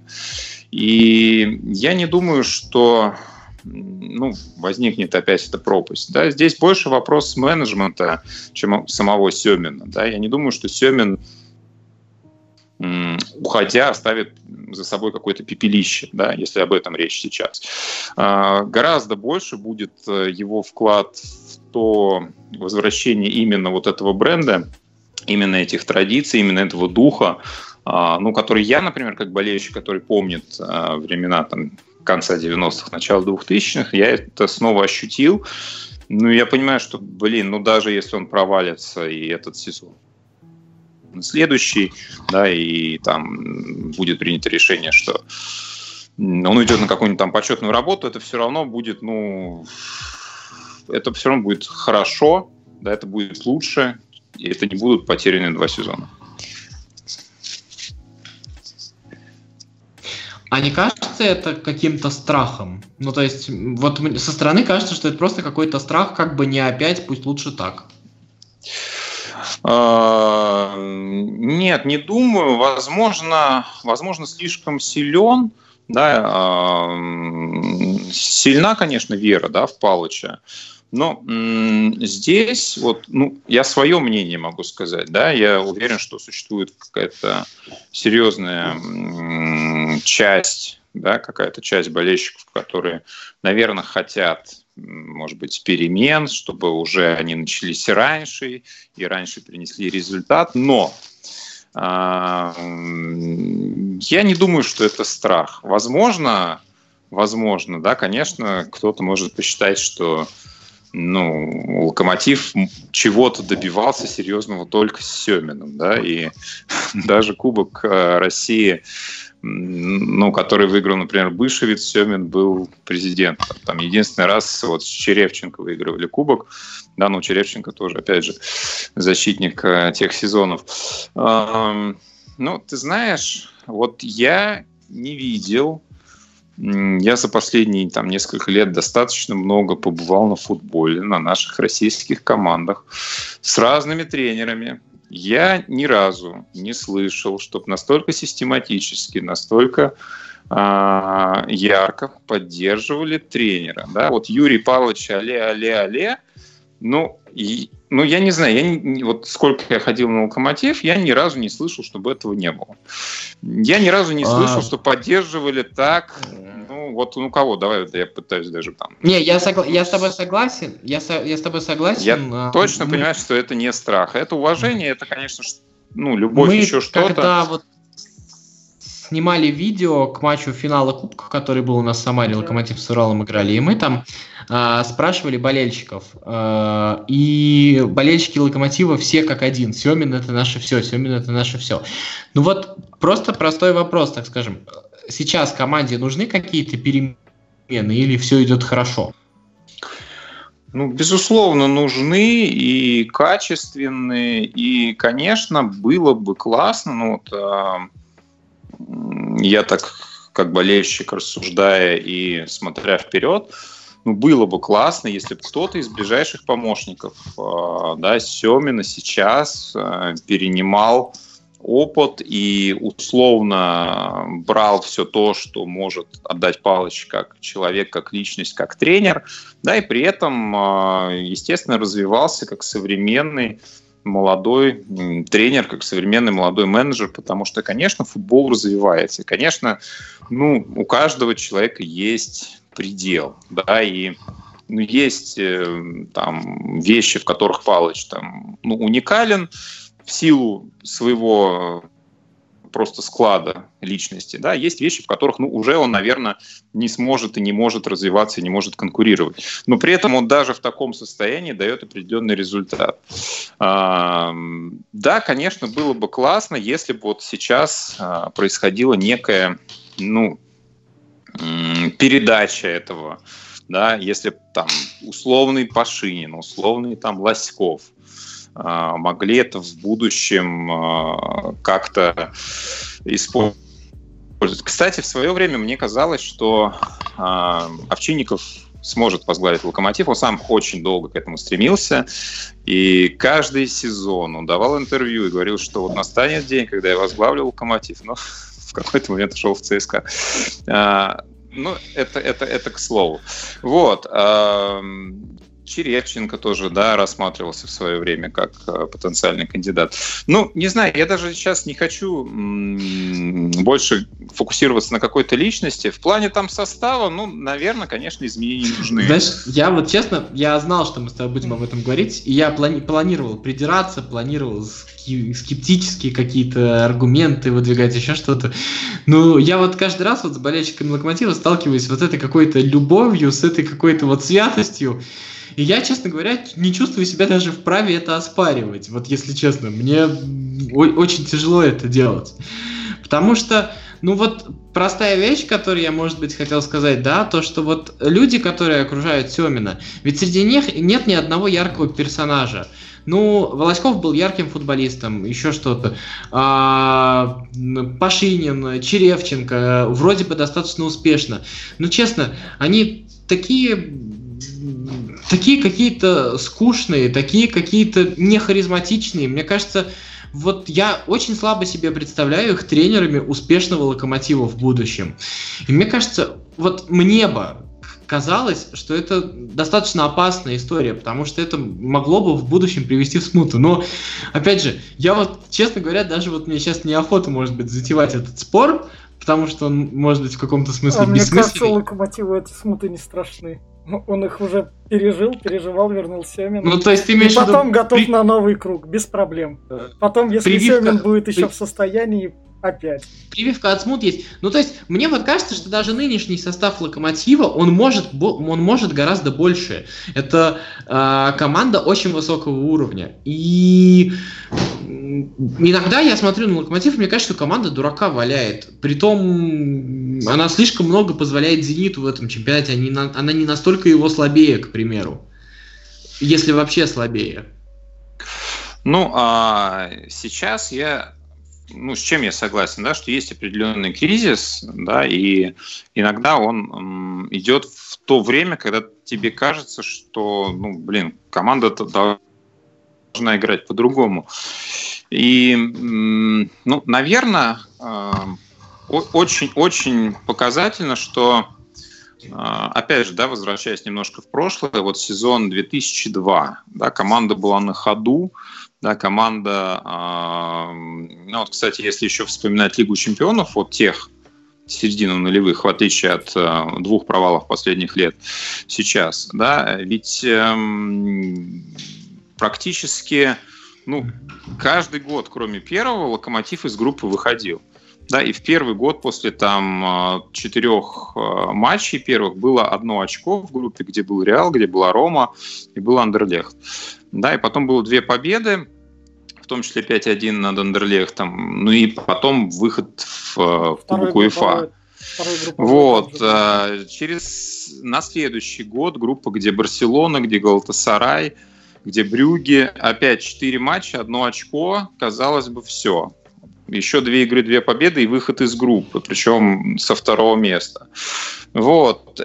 И я не думаю, что ну, возникнет опять эта пропасть. Да. Здесь больше вопрос менеджмента, чем самого Семина. Да. Я не думаю, что Семин уходя, оставит за собой какое-то пепелище, да, если об этом речь сейчас. Гораздо больше будет его вклад в то возвращение именно вот этого бренда, именно этих традиций, именно этого духа, ну, который я, например, как болельщик, который помнит времена там, конца девяностых, начала двухтысячных, я это снова ощутил. Ну, я понимаю, что, блин, ну, даже если он провалится и этот сезон, следующий, да, и там будет принято решение, что он уйдет на какую-нибудь там почетную работу, это все равно будет, ну, это все равно будет хорошо, да, это будет лучше, и это не будут потеряны два сезона. А не кажется это каким-то страхом? Ну, то есть, вот со стороны кажется, что это просто какой-то страх, как бы не опять, пусть лучше так. Нет, не думаю. Возможно, возможно, слишком силен. Да, сильна, конечно, вера, да, в Палыча. Но м- здесь, вот, ну, я свое мнение могу сказать, да, я уверен, что существует какая-то серьезная м- часть, да, какая-то часть болельщиков, которые, наверное, хотят, может быть, перемен, чтобы уже они начались раньше, и раньше принесли результат, но а- я не думаю, что это страх. Возможно, возможно, да, конечно, кто-то может посчитать, что ну, Локомотив чего-то добивался серьезного только с Семиным, да, и даже Кубок России, ну, который выиграл, например, Бышевец, Семин был президентом. Там единственный раз вот с Черевченко выигрывали Кубок, да, но Черевченко тоже, опять же, защитник тех сезонов. Ну, ты знаешь, вот я не видел. Я за последние там, несколько лет достаточно много побывал на футболе, на наших российских командах с разными тренерами. Я ни разу не слышал, чтобы настолько систематически, настолько э, ярко поддерживали тренера. Да? Вот Юрий Павлович але, але, але. Ну, и, ну, я не знаю, я не, вот сколько я ходил на Локомотив, я ни разу не слышал, чтобы этого не было. Я ни разу не слышал, а... что поддерживали так. Ну, вот ну кого? Давай, я пытаюсь даже там. Не, я, согла- я с тобой согласен. Я, со- я с тобой согласен. Я а... точно мы... понимаю, что это не страх. Это уважение, это, конечно, ну, любовь, мы еще что-то. Когда вот снимали видео к матчу финала Кубка, который был у нас в Самаре, Локомотив с Уралом играли, и мы там а, спрашивали болельщиков. А, и болельщики Локомотива все как один. Семин — это наше все, Семин — это наше все. Ну вот просто простой вопрос, так скажем. Сейчас команде нужны какие-то перемены или все идет хорошо? Ну, безусловно, нужны и качественные, и, конечно, было бы классно, ну вот а, я так как болельщик, рассуждая и смотря вперед, ну, было бы классно, если бы кто-то из ближайших помощников, а, да, Семина сейчас а, перенимал опыт и условно брал все то, что может отдать Палыч как человек, как личность, как тренер, да, и при этом, естественно, развивался как современный молодой тренер, как современный молодой менеджер, потому что, конечно, футбол развивается. Конечно, ну, у каждого человека есть предел, да, и ну, есть там вещи, в которых Палыч там, ну, уникален, в силу своего просто склада личности, да, есть вещи, в которых, ну, уже он, наверное, не сможет и не может развиваться, и не может конкурировать. Но при этом он даже в таком состоянии дает определенный результат. А, да, конечно, было бы классно, если бы вот сейчас а, происходила некая, ну, передача этого, да, если бы там условный Пашинин, условный там Лоськов могли это в будущем как-то использовать. Кстати, в свое время мне казалось, что Овчинников сможет возглавить Локомотив. Он сам очень долго к этому стремился. И каждый сезон он давал интервью и говорил, что вот настанет день, когда я возглавлю Локомотив. Но в какой-то момент ушел в ЦСКА. Ну, это, это, это к слову. Вот. Черевченко тоже, да, рассматривался в свое время как э, потенциальный кандидат. Ну, не знаю, я даже сейчас не хочу м- больше фокусироваться на какой-то личности. В плане там состава, ну, наверное, конечно, изменения нужны. Знаешь, я вот честно, я знал, что мы с тобой будем об этом говорить, и я плани- планировал придираться, планировал ски- скептические какие-то аргументы выдвигать, еще что-то. Но я вот каждый раз вот с болельщиками Локомотива сталкиваюсь с вот этой какой-то любовью, с этой какой-то вот святостью. И я, честно говоря, не чувствую себя даже вправе это оспаривать. Вот если честно, мне о- очень тяжело это делать. Потому что, ну вот, простая вещь, которую я, может быть, хотел сказать, да, то, что вот люди, которые окружают Семина, ведь среди них нет ни одного яркого персонажа. Ну, Волоськов был ярким футболистом, еще что-то. А, Пашинин, Черевченко, вроде бы достаточно успешно. Но, честно, они такие... такие какие-то скучные, такие какие-то нехаризматичные. Мне кажется, вот я очень слабо себе представляю их тренерами успешного Локомотива в будущем. И мне кажется, вот мне бы казалось, что это достаточно опасная история, потому что это могло бы в будущем привести в смуту. Но, опять же, я вот, честно говоря, даже вот мне сейчас неохота, может быть, затевать этот спор, потому что он, может быть, в каком-то смысле а бессмысленный. Мне кажется, Локомотиву эти смуты не страшны. Он их уже пережил, переживал, вернул Семин. Ну, то есть ты имеешь в виду... Потом готов при... на новый круг, без проблем. Потом, если Прививка... Семин будет еще При... в состоянии, опять. Прививка от смут есть. Ну, то есть, мне вот кажется, что даже нынешний состав Локомотива, он может, он может гораздо больше. Это э, команда очень высокого уровня. И иногда я смотрю на Локомотив, и мне кажется, что команда дурака валяет. Притом, она слишком много позволяет Зениту в этом чемпионате. Они, она не настолько его слабее, к примеру. Если вообще слабее. Ну, а сейчас я... Ну, с чем я согласен, да, что есть определенный кризис, да, и иногда он м, идет в то время, когда тебе кажется, что, ну, блин, команда-то должна играть по-другому. И, м, ну, наверное, очень-очень показательно, что, э, опять же, да, возвращаясь немножко в прошлое, вот сезон две тысячи два, да, команда была на ходу. Да, команда, э, ну вот, кстати, если еще вспоминать Лигу чемпионов, вот тех середину нулевых, в отличие от э, двух провалов последних лет сейчас, да, ведь э, практически, ну, каждый год, кроме первого, Локомотив из группы выходил. Да, и в первый год после там четырех матчей первых было одно очко в группе, где был Реал, где была Рома и был Андерлехт. Да, и потом было две победы, в том числе пять один над Андерлехтом, ну и потом выход в, в Кубок УЕФА. Вот, через, на следующий год группа, где Барселона, где Галатасарай, где Брюгге, опять четыре матча, одно очко, казалось бы, все. Еще две игры, две победы и выход из группы, причем со второго места. Вот.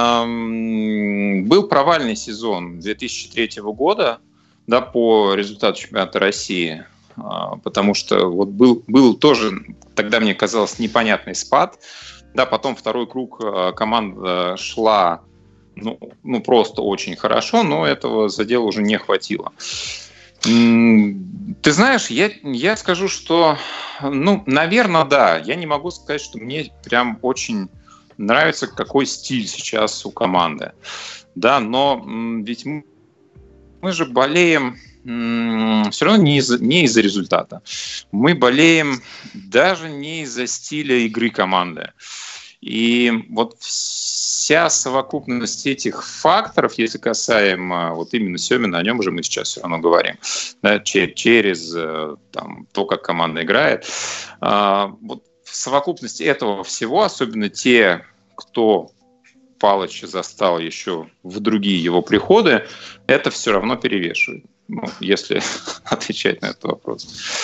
Был провальный сезон две тысячи третьего года, да, по результату чемпионата России, потому что вот был, был тоже, тогда мне казалось, непонятный спад. Да, потом второй круг команда шла, ну, ну просто очень хорошо, но этого задела уже не хватило. Ты знаешь, я, я скажу, что, ну, наверное, да. Я не могу сказать, что мне прям очень нравится, какой стиль сейчас у команды. Да, но ведь мы, мы же болеем м, все равно не из-за, не из-за результата. Мы болеем даже не из-за стиля игры команды. И вот вся совокупность этих факторов, если касаемо вот именно Семина, о нем же мы сейчас все равно говорим, да, через там, то, как команда играет, вот в совокупности этого всего, особенно те, кто Палыча застал еще в другие его приходы, это все равно перевешивает, ну, если отвечать на этот вопрос.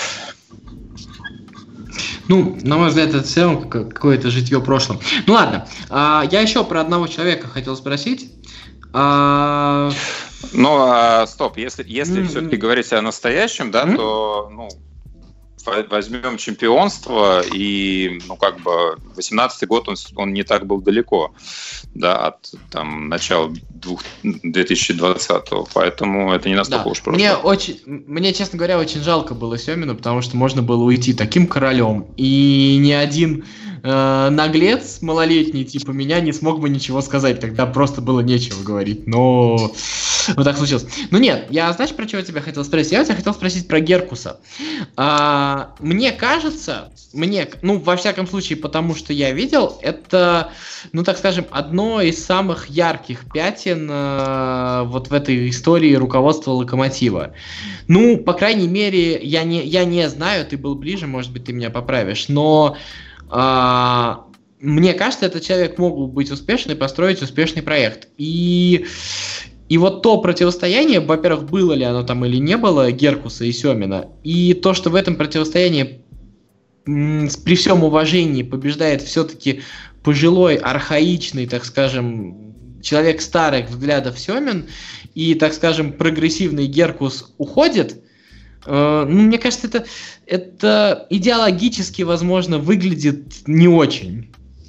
Ну, на мой взгляд, это все равно какое-то житье в прошлом. Ну ладно, а, я еще про одного человека хотел спросить. А... Ну, а, стоп, если, если mm-hmm. все-таки говорить о настоящем, да, mm-hmm. то, ну, возьмем чемпионство, и, ну, как бы, восемнадцатый год, он, он не так был далеко, да, от, там, начала две тысячи двадцатого, поэтому это не настолько Да. уж просто. Мне, очень, мне, честно говоря, очень жалко было Семина, потому что можно было уйти таким королем, и ни один э, наглец малолетний, типа меня, не смог бы ничего сказать, тогда просто было нечего говорить, но вот так случилось. Ну нет, я, знаешь, про чего тебя хотел спросить? Я тебя хотел спросить про Геркуса. А, мне кажется, мне, ну, во всяком случае, потому что я видел, это, ну, так скажем, одно из самых ярких пятен э, вот в этой истории руководства Локомотива. Ну, по крайней мере, я не, я не знаю, ты был ближе, может быть, ты меня поправишь, но э, мне кажется, этот человек мог бы быть успешным и построить успешный проект. И... И вот то противостояние, во-первых, было ли оно там или не было, Геркуса и Семина, и то, что в этом противостоянии м- при всем уважении побеждает все-таки пожилой, архаичный, так скажем, человек старых взглядов Семин, и, так скажем, прогрессивный Геркус уходит, э- ну, мне кажется, это, это идеологически, возможно, выглядит не очень.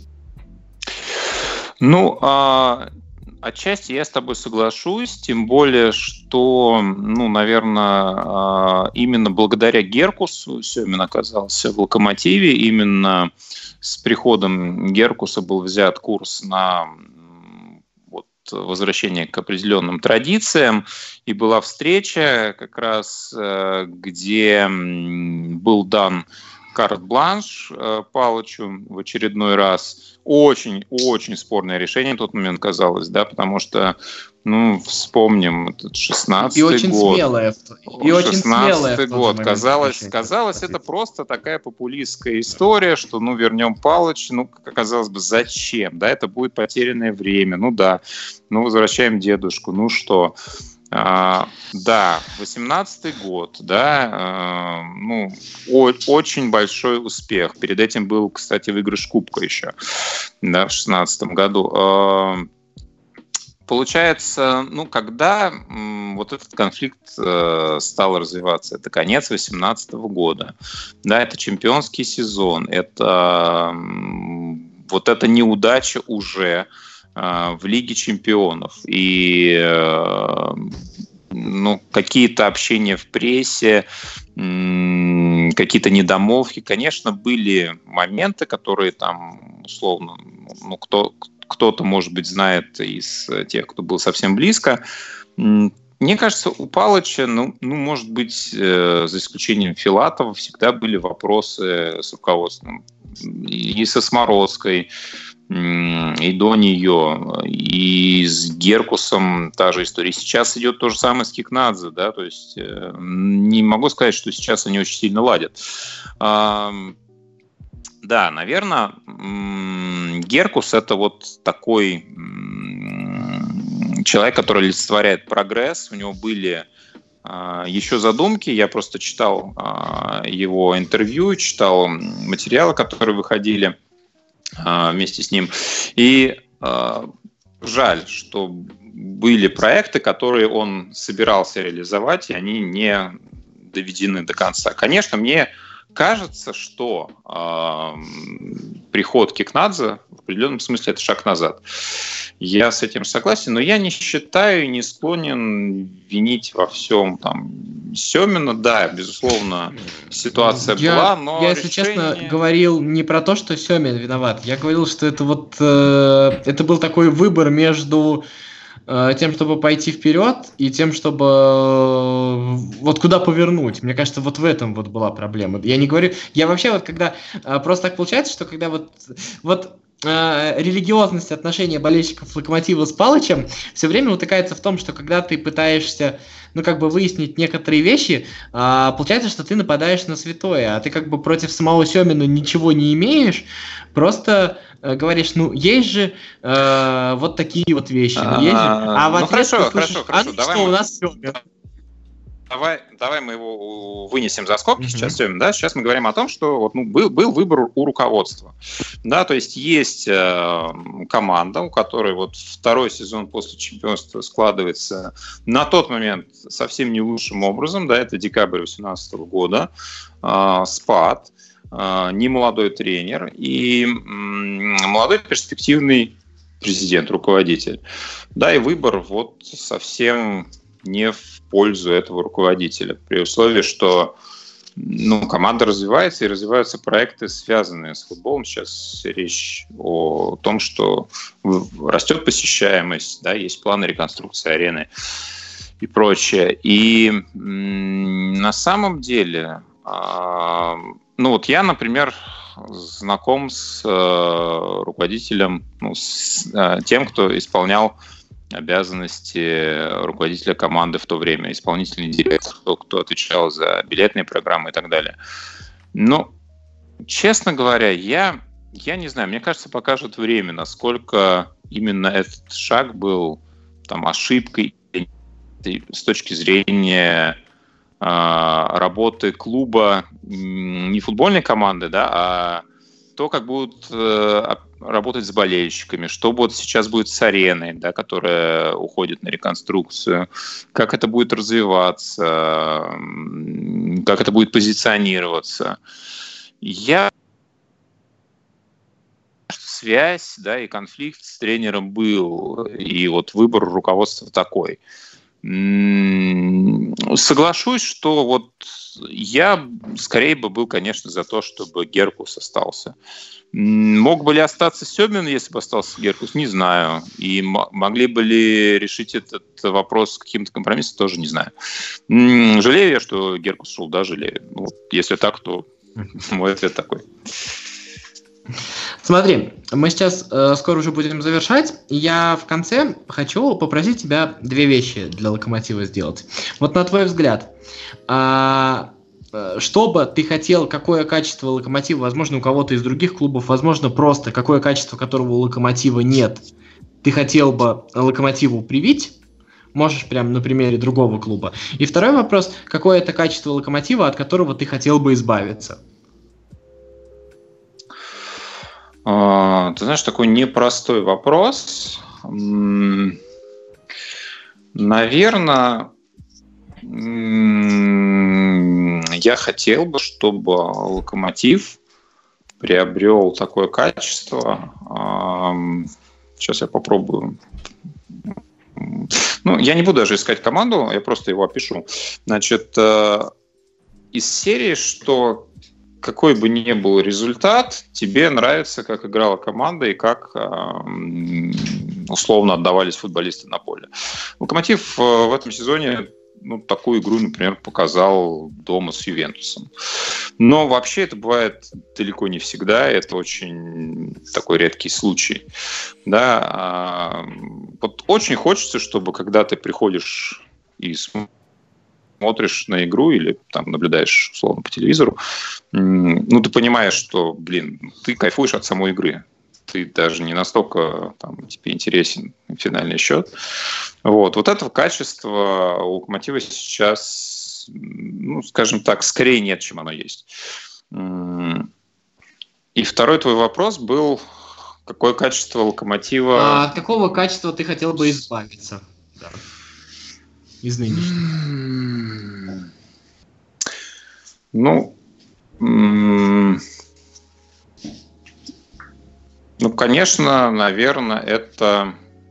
Ну, а... Отчасти я с тобой соглашусь, тем более, что, ну, наверное, именно благодаря Геркусу Семин оказался в Локомотиве, именно с приходом Геркуса был взят курс на вот, возвращение к определенным традициям, и была встреча как раз, где был дан карт-бланш Палычу в очередной раз. Очень-очень спорное решение в тот момент казалось, да, потому что, ну, вспомним, этот шестнадцатый год. И очень смелое. И очень смелое год. Казалось, казалось это просто такая популистская история, что, ну, вернем Палыча, ну, казалось бы, зачем, да, это будет потерянное время, ну, да, ну, возвращаем дедушку, ну, что... А, да, восемнадцатый год, да, а, ну, о- очень большой успех. Перед этим был, кстати, выигрыш Кубка еще, да, в шестнадцатом году. А, получается, ну, когда м, вот этот конфликт э, стал развиваться, это конец восемнадцатого года, да, это чемпионский сезон, это м, вот эта неудача уже в Лиге чемпионов. И ну, какие-то общения в прессе, какие-то недомолвки. Конечно, были моменты, которые там, условно, ну, кто, кто-то, может быть, знает из тех, кто был совсем близко. Мне кажется, у Палыча, ну, ну может быть, э, за исключением Филатова, всегда были вопросы с руководством. И со Смородской, и до нее, и с Геркусом та же история. Сейчас идет то же самое с Кикнадзе, да, то есть э, не могу сказать, что сейчас они очень сильно ладят. А, да, наверное, Геркус — это вот такой человек, который олицетворяет прогресс. У него были еще задумки, я просто читал его интервью, читал материалы, которые выходили вместе с ним. И жаль, что были проекты, которые он собирался реализовать, и они не доведены до конца. Конечно, мне кажется, что э, приход Кикнадзе в определенном смысле это шаг назад. Я с этим согласен, но я не считаю, не склонен винить во всем там Семина. Да, безусловно, ситуация я, была, но я, если решение... честно, говорил не про то, что Семин виноват. Я говорил, что это вот э, это был такой выбор между тем, чтобы пойти вперед, и тем, чтобы э, вот куда повернуть. Мне кажется, вот в этом вот была проблема. Я не говорю... Я вообще вот когда... Э, просто так получается, что когда вот... вот э, религиозность отношения болельщиков Локомотива с Палычем все время утыкается в том, что когда ты пытаешься, ну, как бы выяснить некоторые вещи, э, получается, что ты нападаешь на святое, а ты как бы против самого Семина ничего не имеешь, просто... говоришь, ну, есть же э, вот такие вот вещи. Ну, есть же. А в ну, ответ хорошо, ты слышишь, хорошо, хорошо, а ну давай что, мы... у нас Семин. давай, давай мы его вынесем за скобки Мгм. сейчас, Семен, да? Сейчас мы говорим о том, что вот, ну, был, был выбор у руководства. Да, то есть есть э, команда, у которой вот второй сезон после чемпионства складывается на тот момент совсем не лучшим образом, да, это декабрь две тысячи восемнадцатого года, э, спад, э, немолодой тренер и м, молодой перспективный президент, руководитель. Да, и выбор вот совсем не в пользу этого руководителя, при условии, что ну, команда развивается и развиваются проекты, связанные с футболом. Сейчас речь о том, что растет посещаемость, да, есть планы реконструкции арены и прочее. И м, на самом деле, а, ну вот я, например, знаком с э, руководителем, ну, с э, тем, кто исполнял обязанности руководителя команды в то время, исполнительный директор, кто, кто отвечал за билетные программы и так далее. Но, честно говоря, я, я не знаю, мне кажется, покажет время, насколько именно этот шаг был там, ошибкой с точки зрения э, работы клуба, не футбольной команды, да, а то, как будут э, работать с болельщиками, что вот сейчас будет с ареной, да, которая уходит на реконструкцию, как это будет развиваться, как это будет позиционироваться. Я связь, да, и конфликт с тренером был, и вот выбор руководства такой. Соглашусь, что вот я скорее бы был, конечно, за то, чтобы Геркус остался. Мог бы ли остаться Семин, если бы остался Геркус, не знаю. И могли бы ли решить этот вопрос каким-то компромиссом, тоже не знаю. Жалею я, что Геркус ушел, да, жалею. Ну, если так, то мой ответ такой. Смотри, мы сейчас э, скоро уже будем завершать. Я в конце хочу попросить тебя две вещи для Локомотива сделать. Вот на твой взгляд, э, что бы ты хотел, какое качество Локомотива, возможно, у кого-то из других клубов, возможно, просто какое качество, которого у Локомотива нет, ты хотел бы Локомотиву привить? Можешь прямо на примере другого клуба. И второй вопрос, какое это качество Локомотива, от которого ты хотел бы избавиться? Ты знаешь, такой непростой вопрос. Наверное, я хотел бы, чтобы Локомотив приобрел такое качество. Сейчас я попробую. Ну, я не буду даже искать команду, я просто его опишу. Значит, из серии, что какой бы ни был результат, тебе нравится, как играла команда и как условно отдавались футболисты на поле. Локомотив в этом сезоне ну, такую игру, например, показал дома с Ювентусом. Но вообще это бывает далеко не всегда, это очень такой редкий случай. Да? Вот очень хочется, чтобы когда ты приходишь и смотришь на игру или там наблюдаешь условно по телевизору, ну, ты понимаешь, что, блин, ты кайфуешь от самой игры. Ты даже не настолько там, тебе интересен финальный счет. Вот, вот этого качества у Локомотива сейчас, ну, скажем так, скорее нет, чем оно есть. И второй твой вопрос был, какое качество Локомотива... А от какого качества ты хотел бы избавиться? Да. Из нынешнего. Ну, ну, конечно, наверное, это,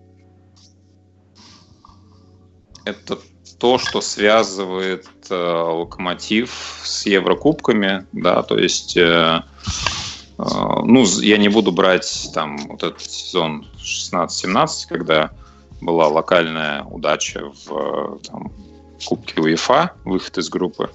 это то, что связывает э, Локомотив с Еврокубками, да, то есть, э, э, ну, я не буду брать там вот этот сезон шестнадцать-семнадцать, когда была локальная удача в там, Кубке УЕФА, выход из группы.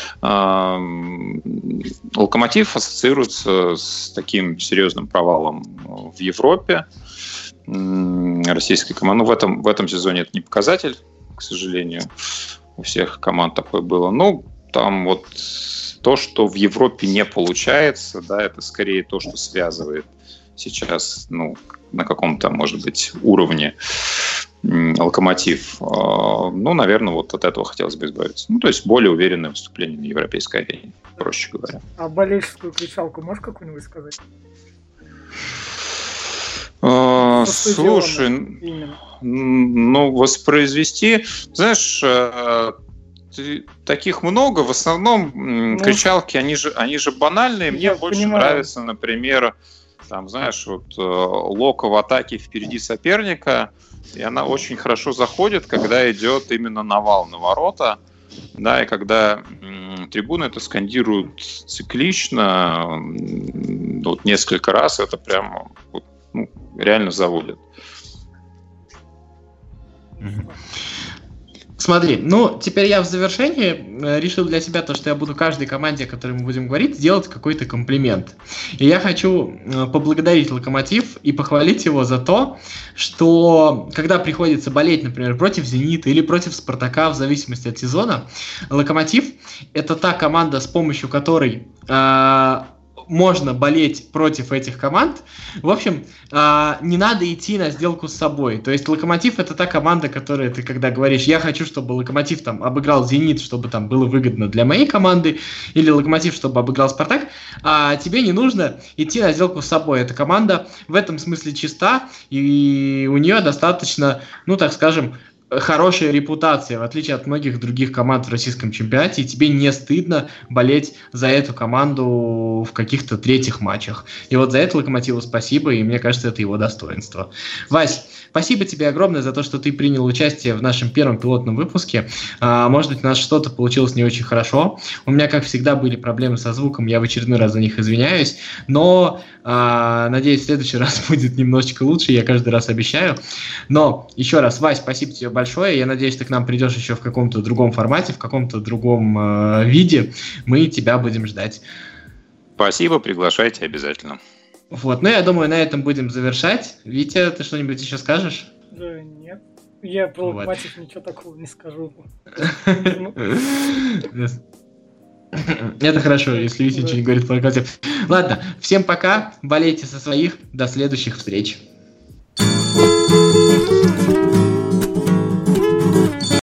Локомотив ассоциируется с таким серьезным провалом в Европе. Российской команды. Ну, в этом, в этом сезоне это не показатель, к сожалению. У всех команд такое было. Ну, там вот то, что в Европе не получается, да, это скорее то, что связывает сейчас, ну, на каком-то, может быть, уровне. Локомотив. Ну, наверное, вот от этого хотелось бы избавиться. Ну, то есть более уверенное выступление на европейской арене, проще говоря. А болельческую кричалку можешь какую-нибудь сказать? А, слушай, ну, воспроизвести... Знаешь, таких много. В основном ну, кричалки, они же, они же банальные. Мне больше понимаю. Нравится, например, там, знаешь, вот Локо в атаке впереди соперника, и она очень хорошо заходит, когда идет именно навал на ворота, да, и когда м, трибуны это скандируют циклично, м, вот несколько раз, это прям вот, ну, реально заводит. Смотри, ну, теперь я в завершении решил для себя то, что я буду каждой команде, о которой мы будем говорить, делать какой-то комплимент. И я хочу поблагодарить Локомотив и похвалить его за то, что когда приходится болеть, например, против Зенита или против Спартака, в зависимости от сезона, Локомотив — это та команда, с помощью которой... Э- можно болеть против этих команд. В общем, не надо идти на сделку с собой. То есть Локомотив — это та команда, которая ты когда говоришь, я хочу, чтобы Локомотив там обыграл Зенит, чтобы там было выгодно для моей команды, или Локомотив, чтобы обыграл Спартак, а тебе не нужно идти на сделку с собой. Эта команда в этом смысле чиста, и у нее достаточно, ну так скажем, хорошая репутация, в отличие от многих других команд в российском чемпионате, и тебе не стыдно болеть за эту команду в каких-то третьих матчах. И вот за это Локомотиву спасибо, и мне кажется, это его достоинство. Вась, спасибо тебе огромное за то, что ты принял участие в нашем первом пилотном выпуске. А, может быть, у нас что-то получилось не очень хорошо. У меня, как всегда, были проблемы со звуком, я в очередной раз за них извиняюсь, но а, надеюсь, в следующий раз будет немножечко лучше, я каждый раз обещаю. Но еще раз, Вась, спасибо тебе большое. Я надеюсь, ты к нам придешь еще в каком-то другом формате, в каком-то другом э, виде. Мы тебя будем ждать. Спасибо, приглашайте обязательно. Вот, ну я думаю, на этом будем завершать. Витя, ты что-нибудь еще скажешь? Да нет. Я про Локомотив вот. Ничего такого не скажу. Это хорошо, если Витя ничего не говорит про Локомотив. Ладно, всем пока, болейте со своих, до следующих встреч.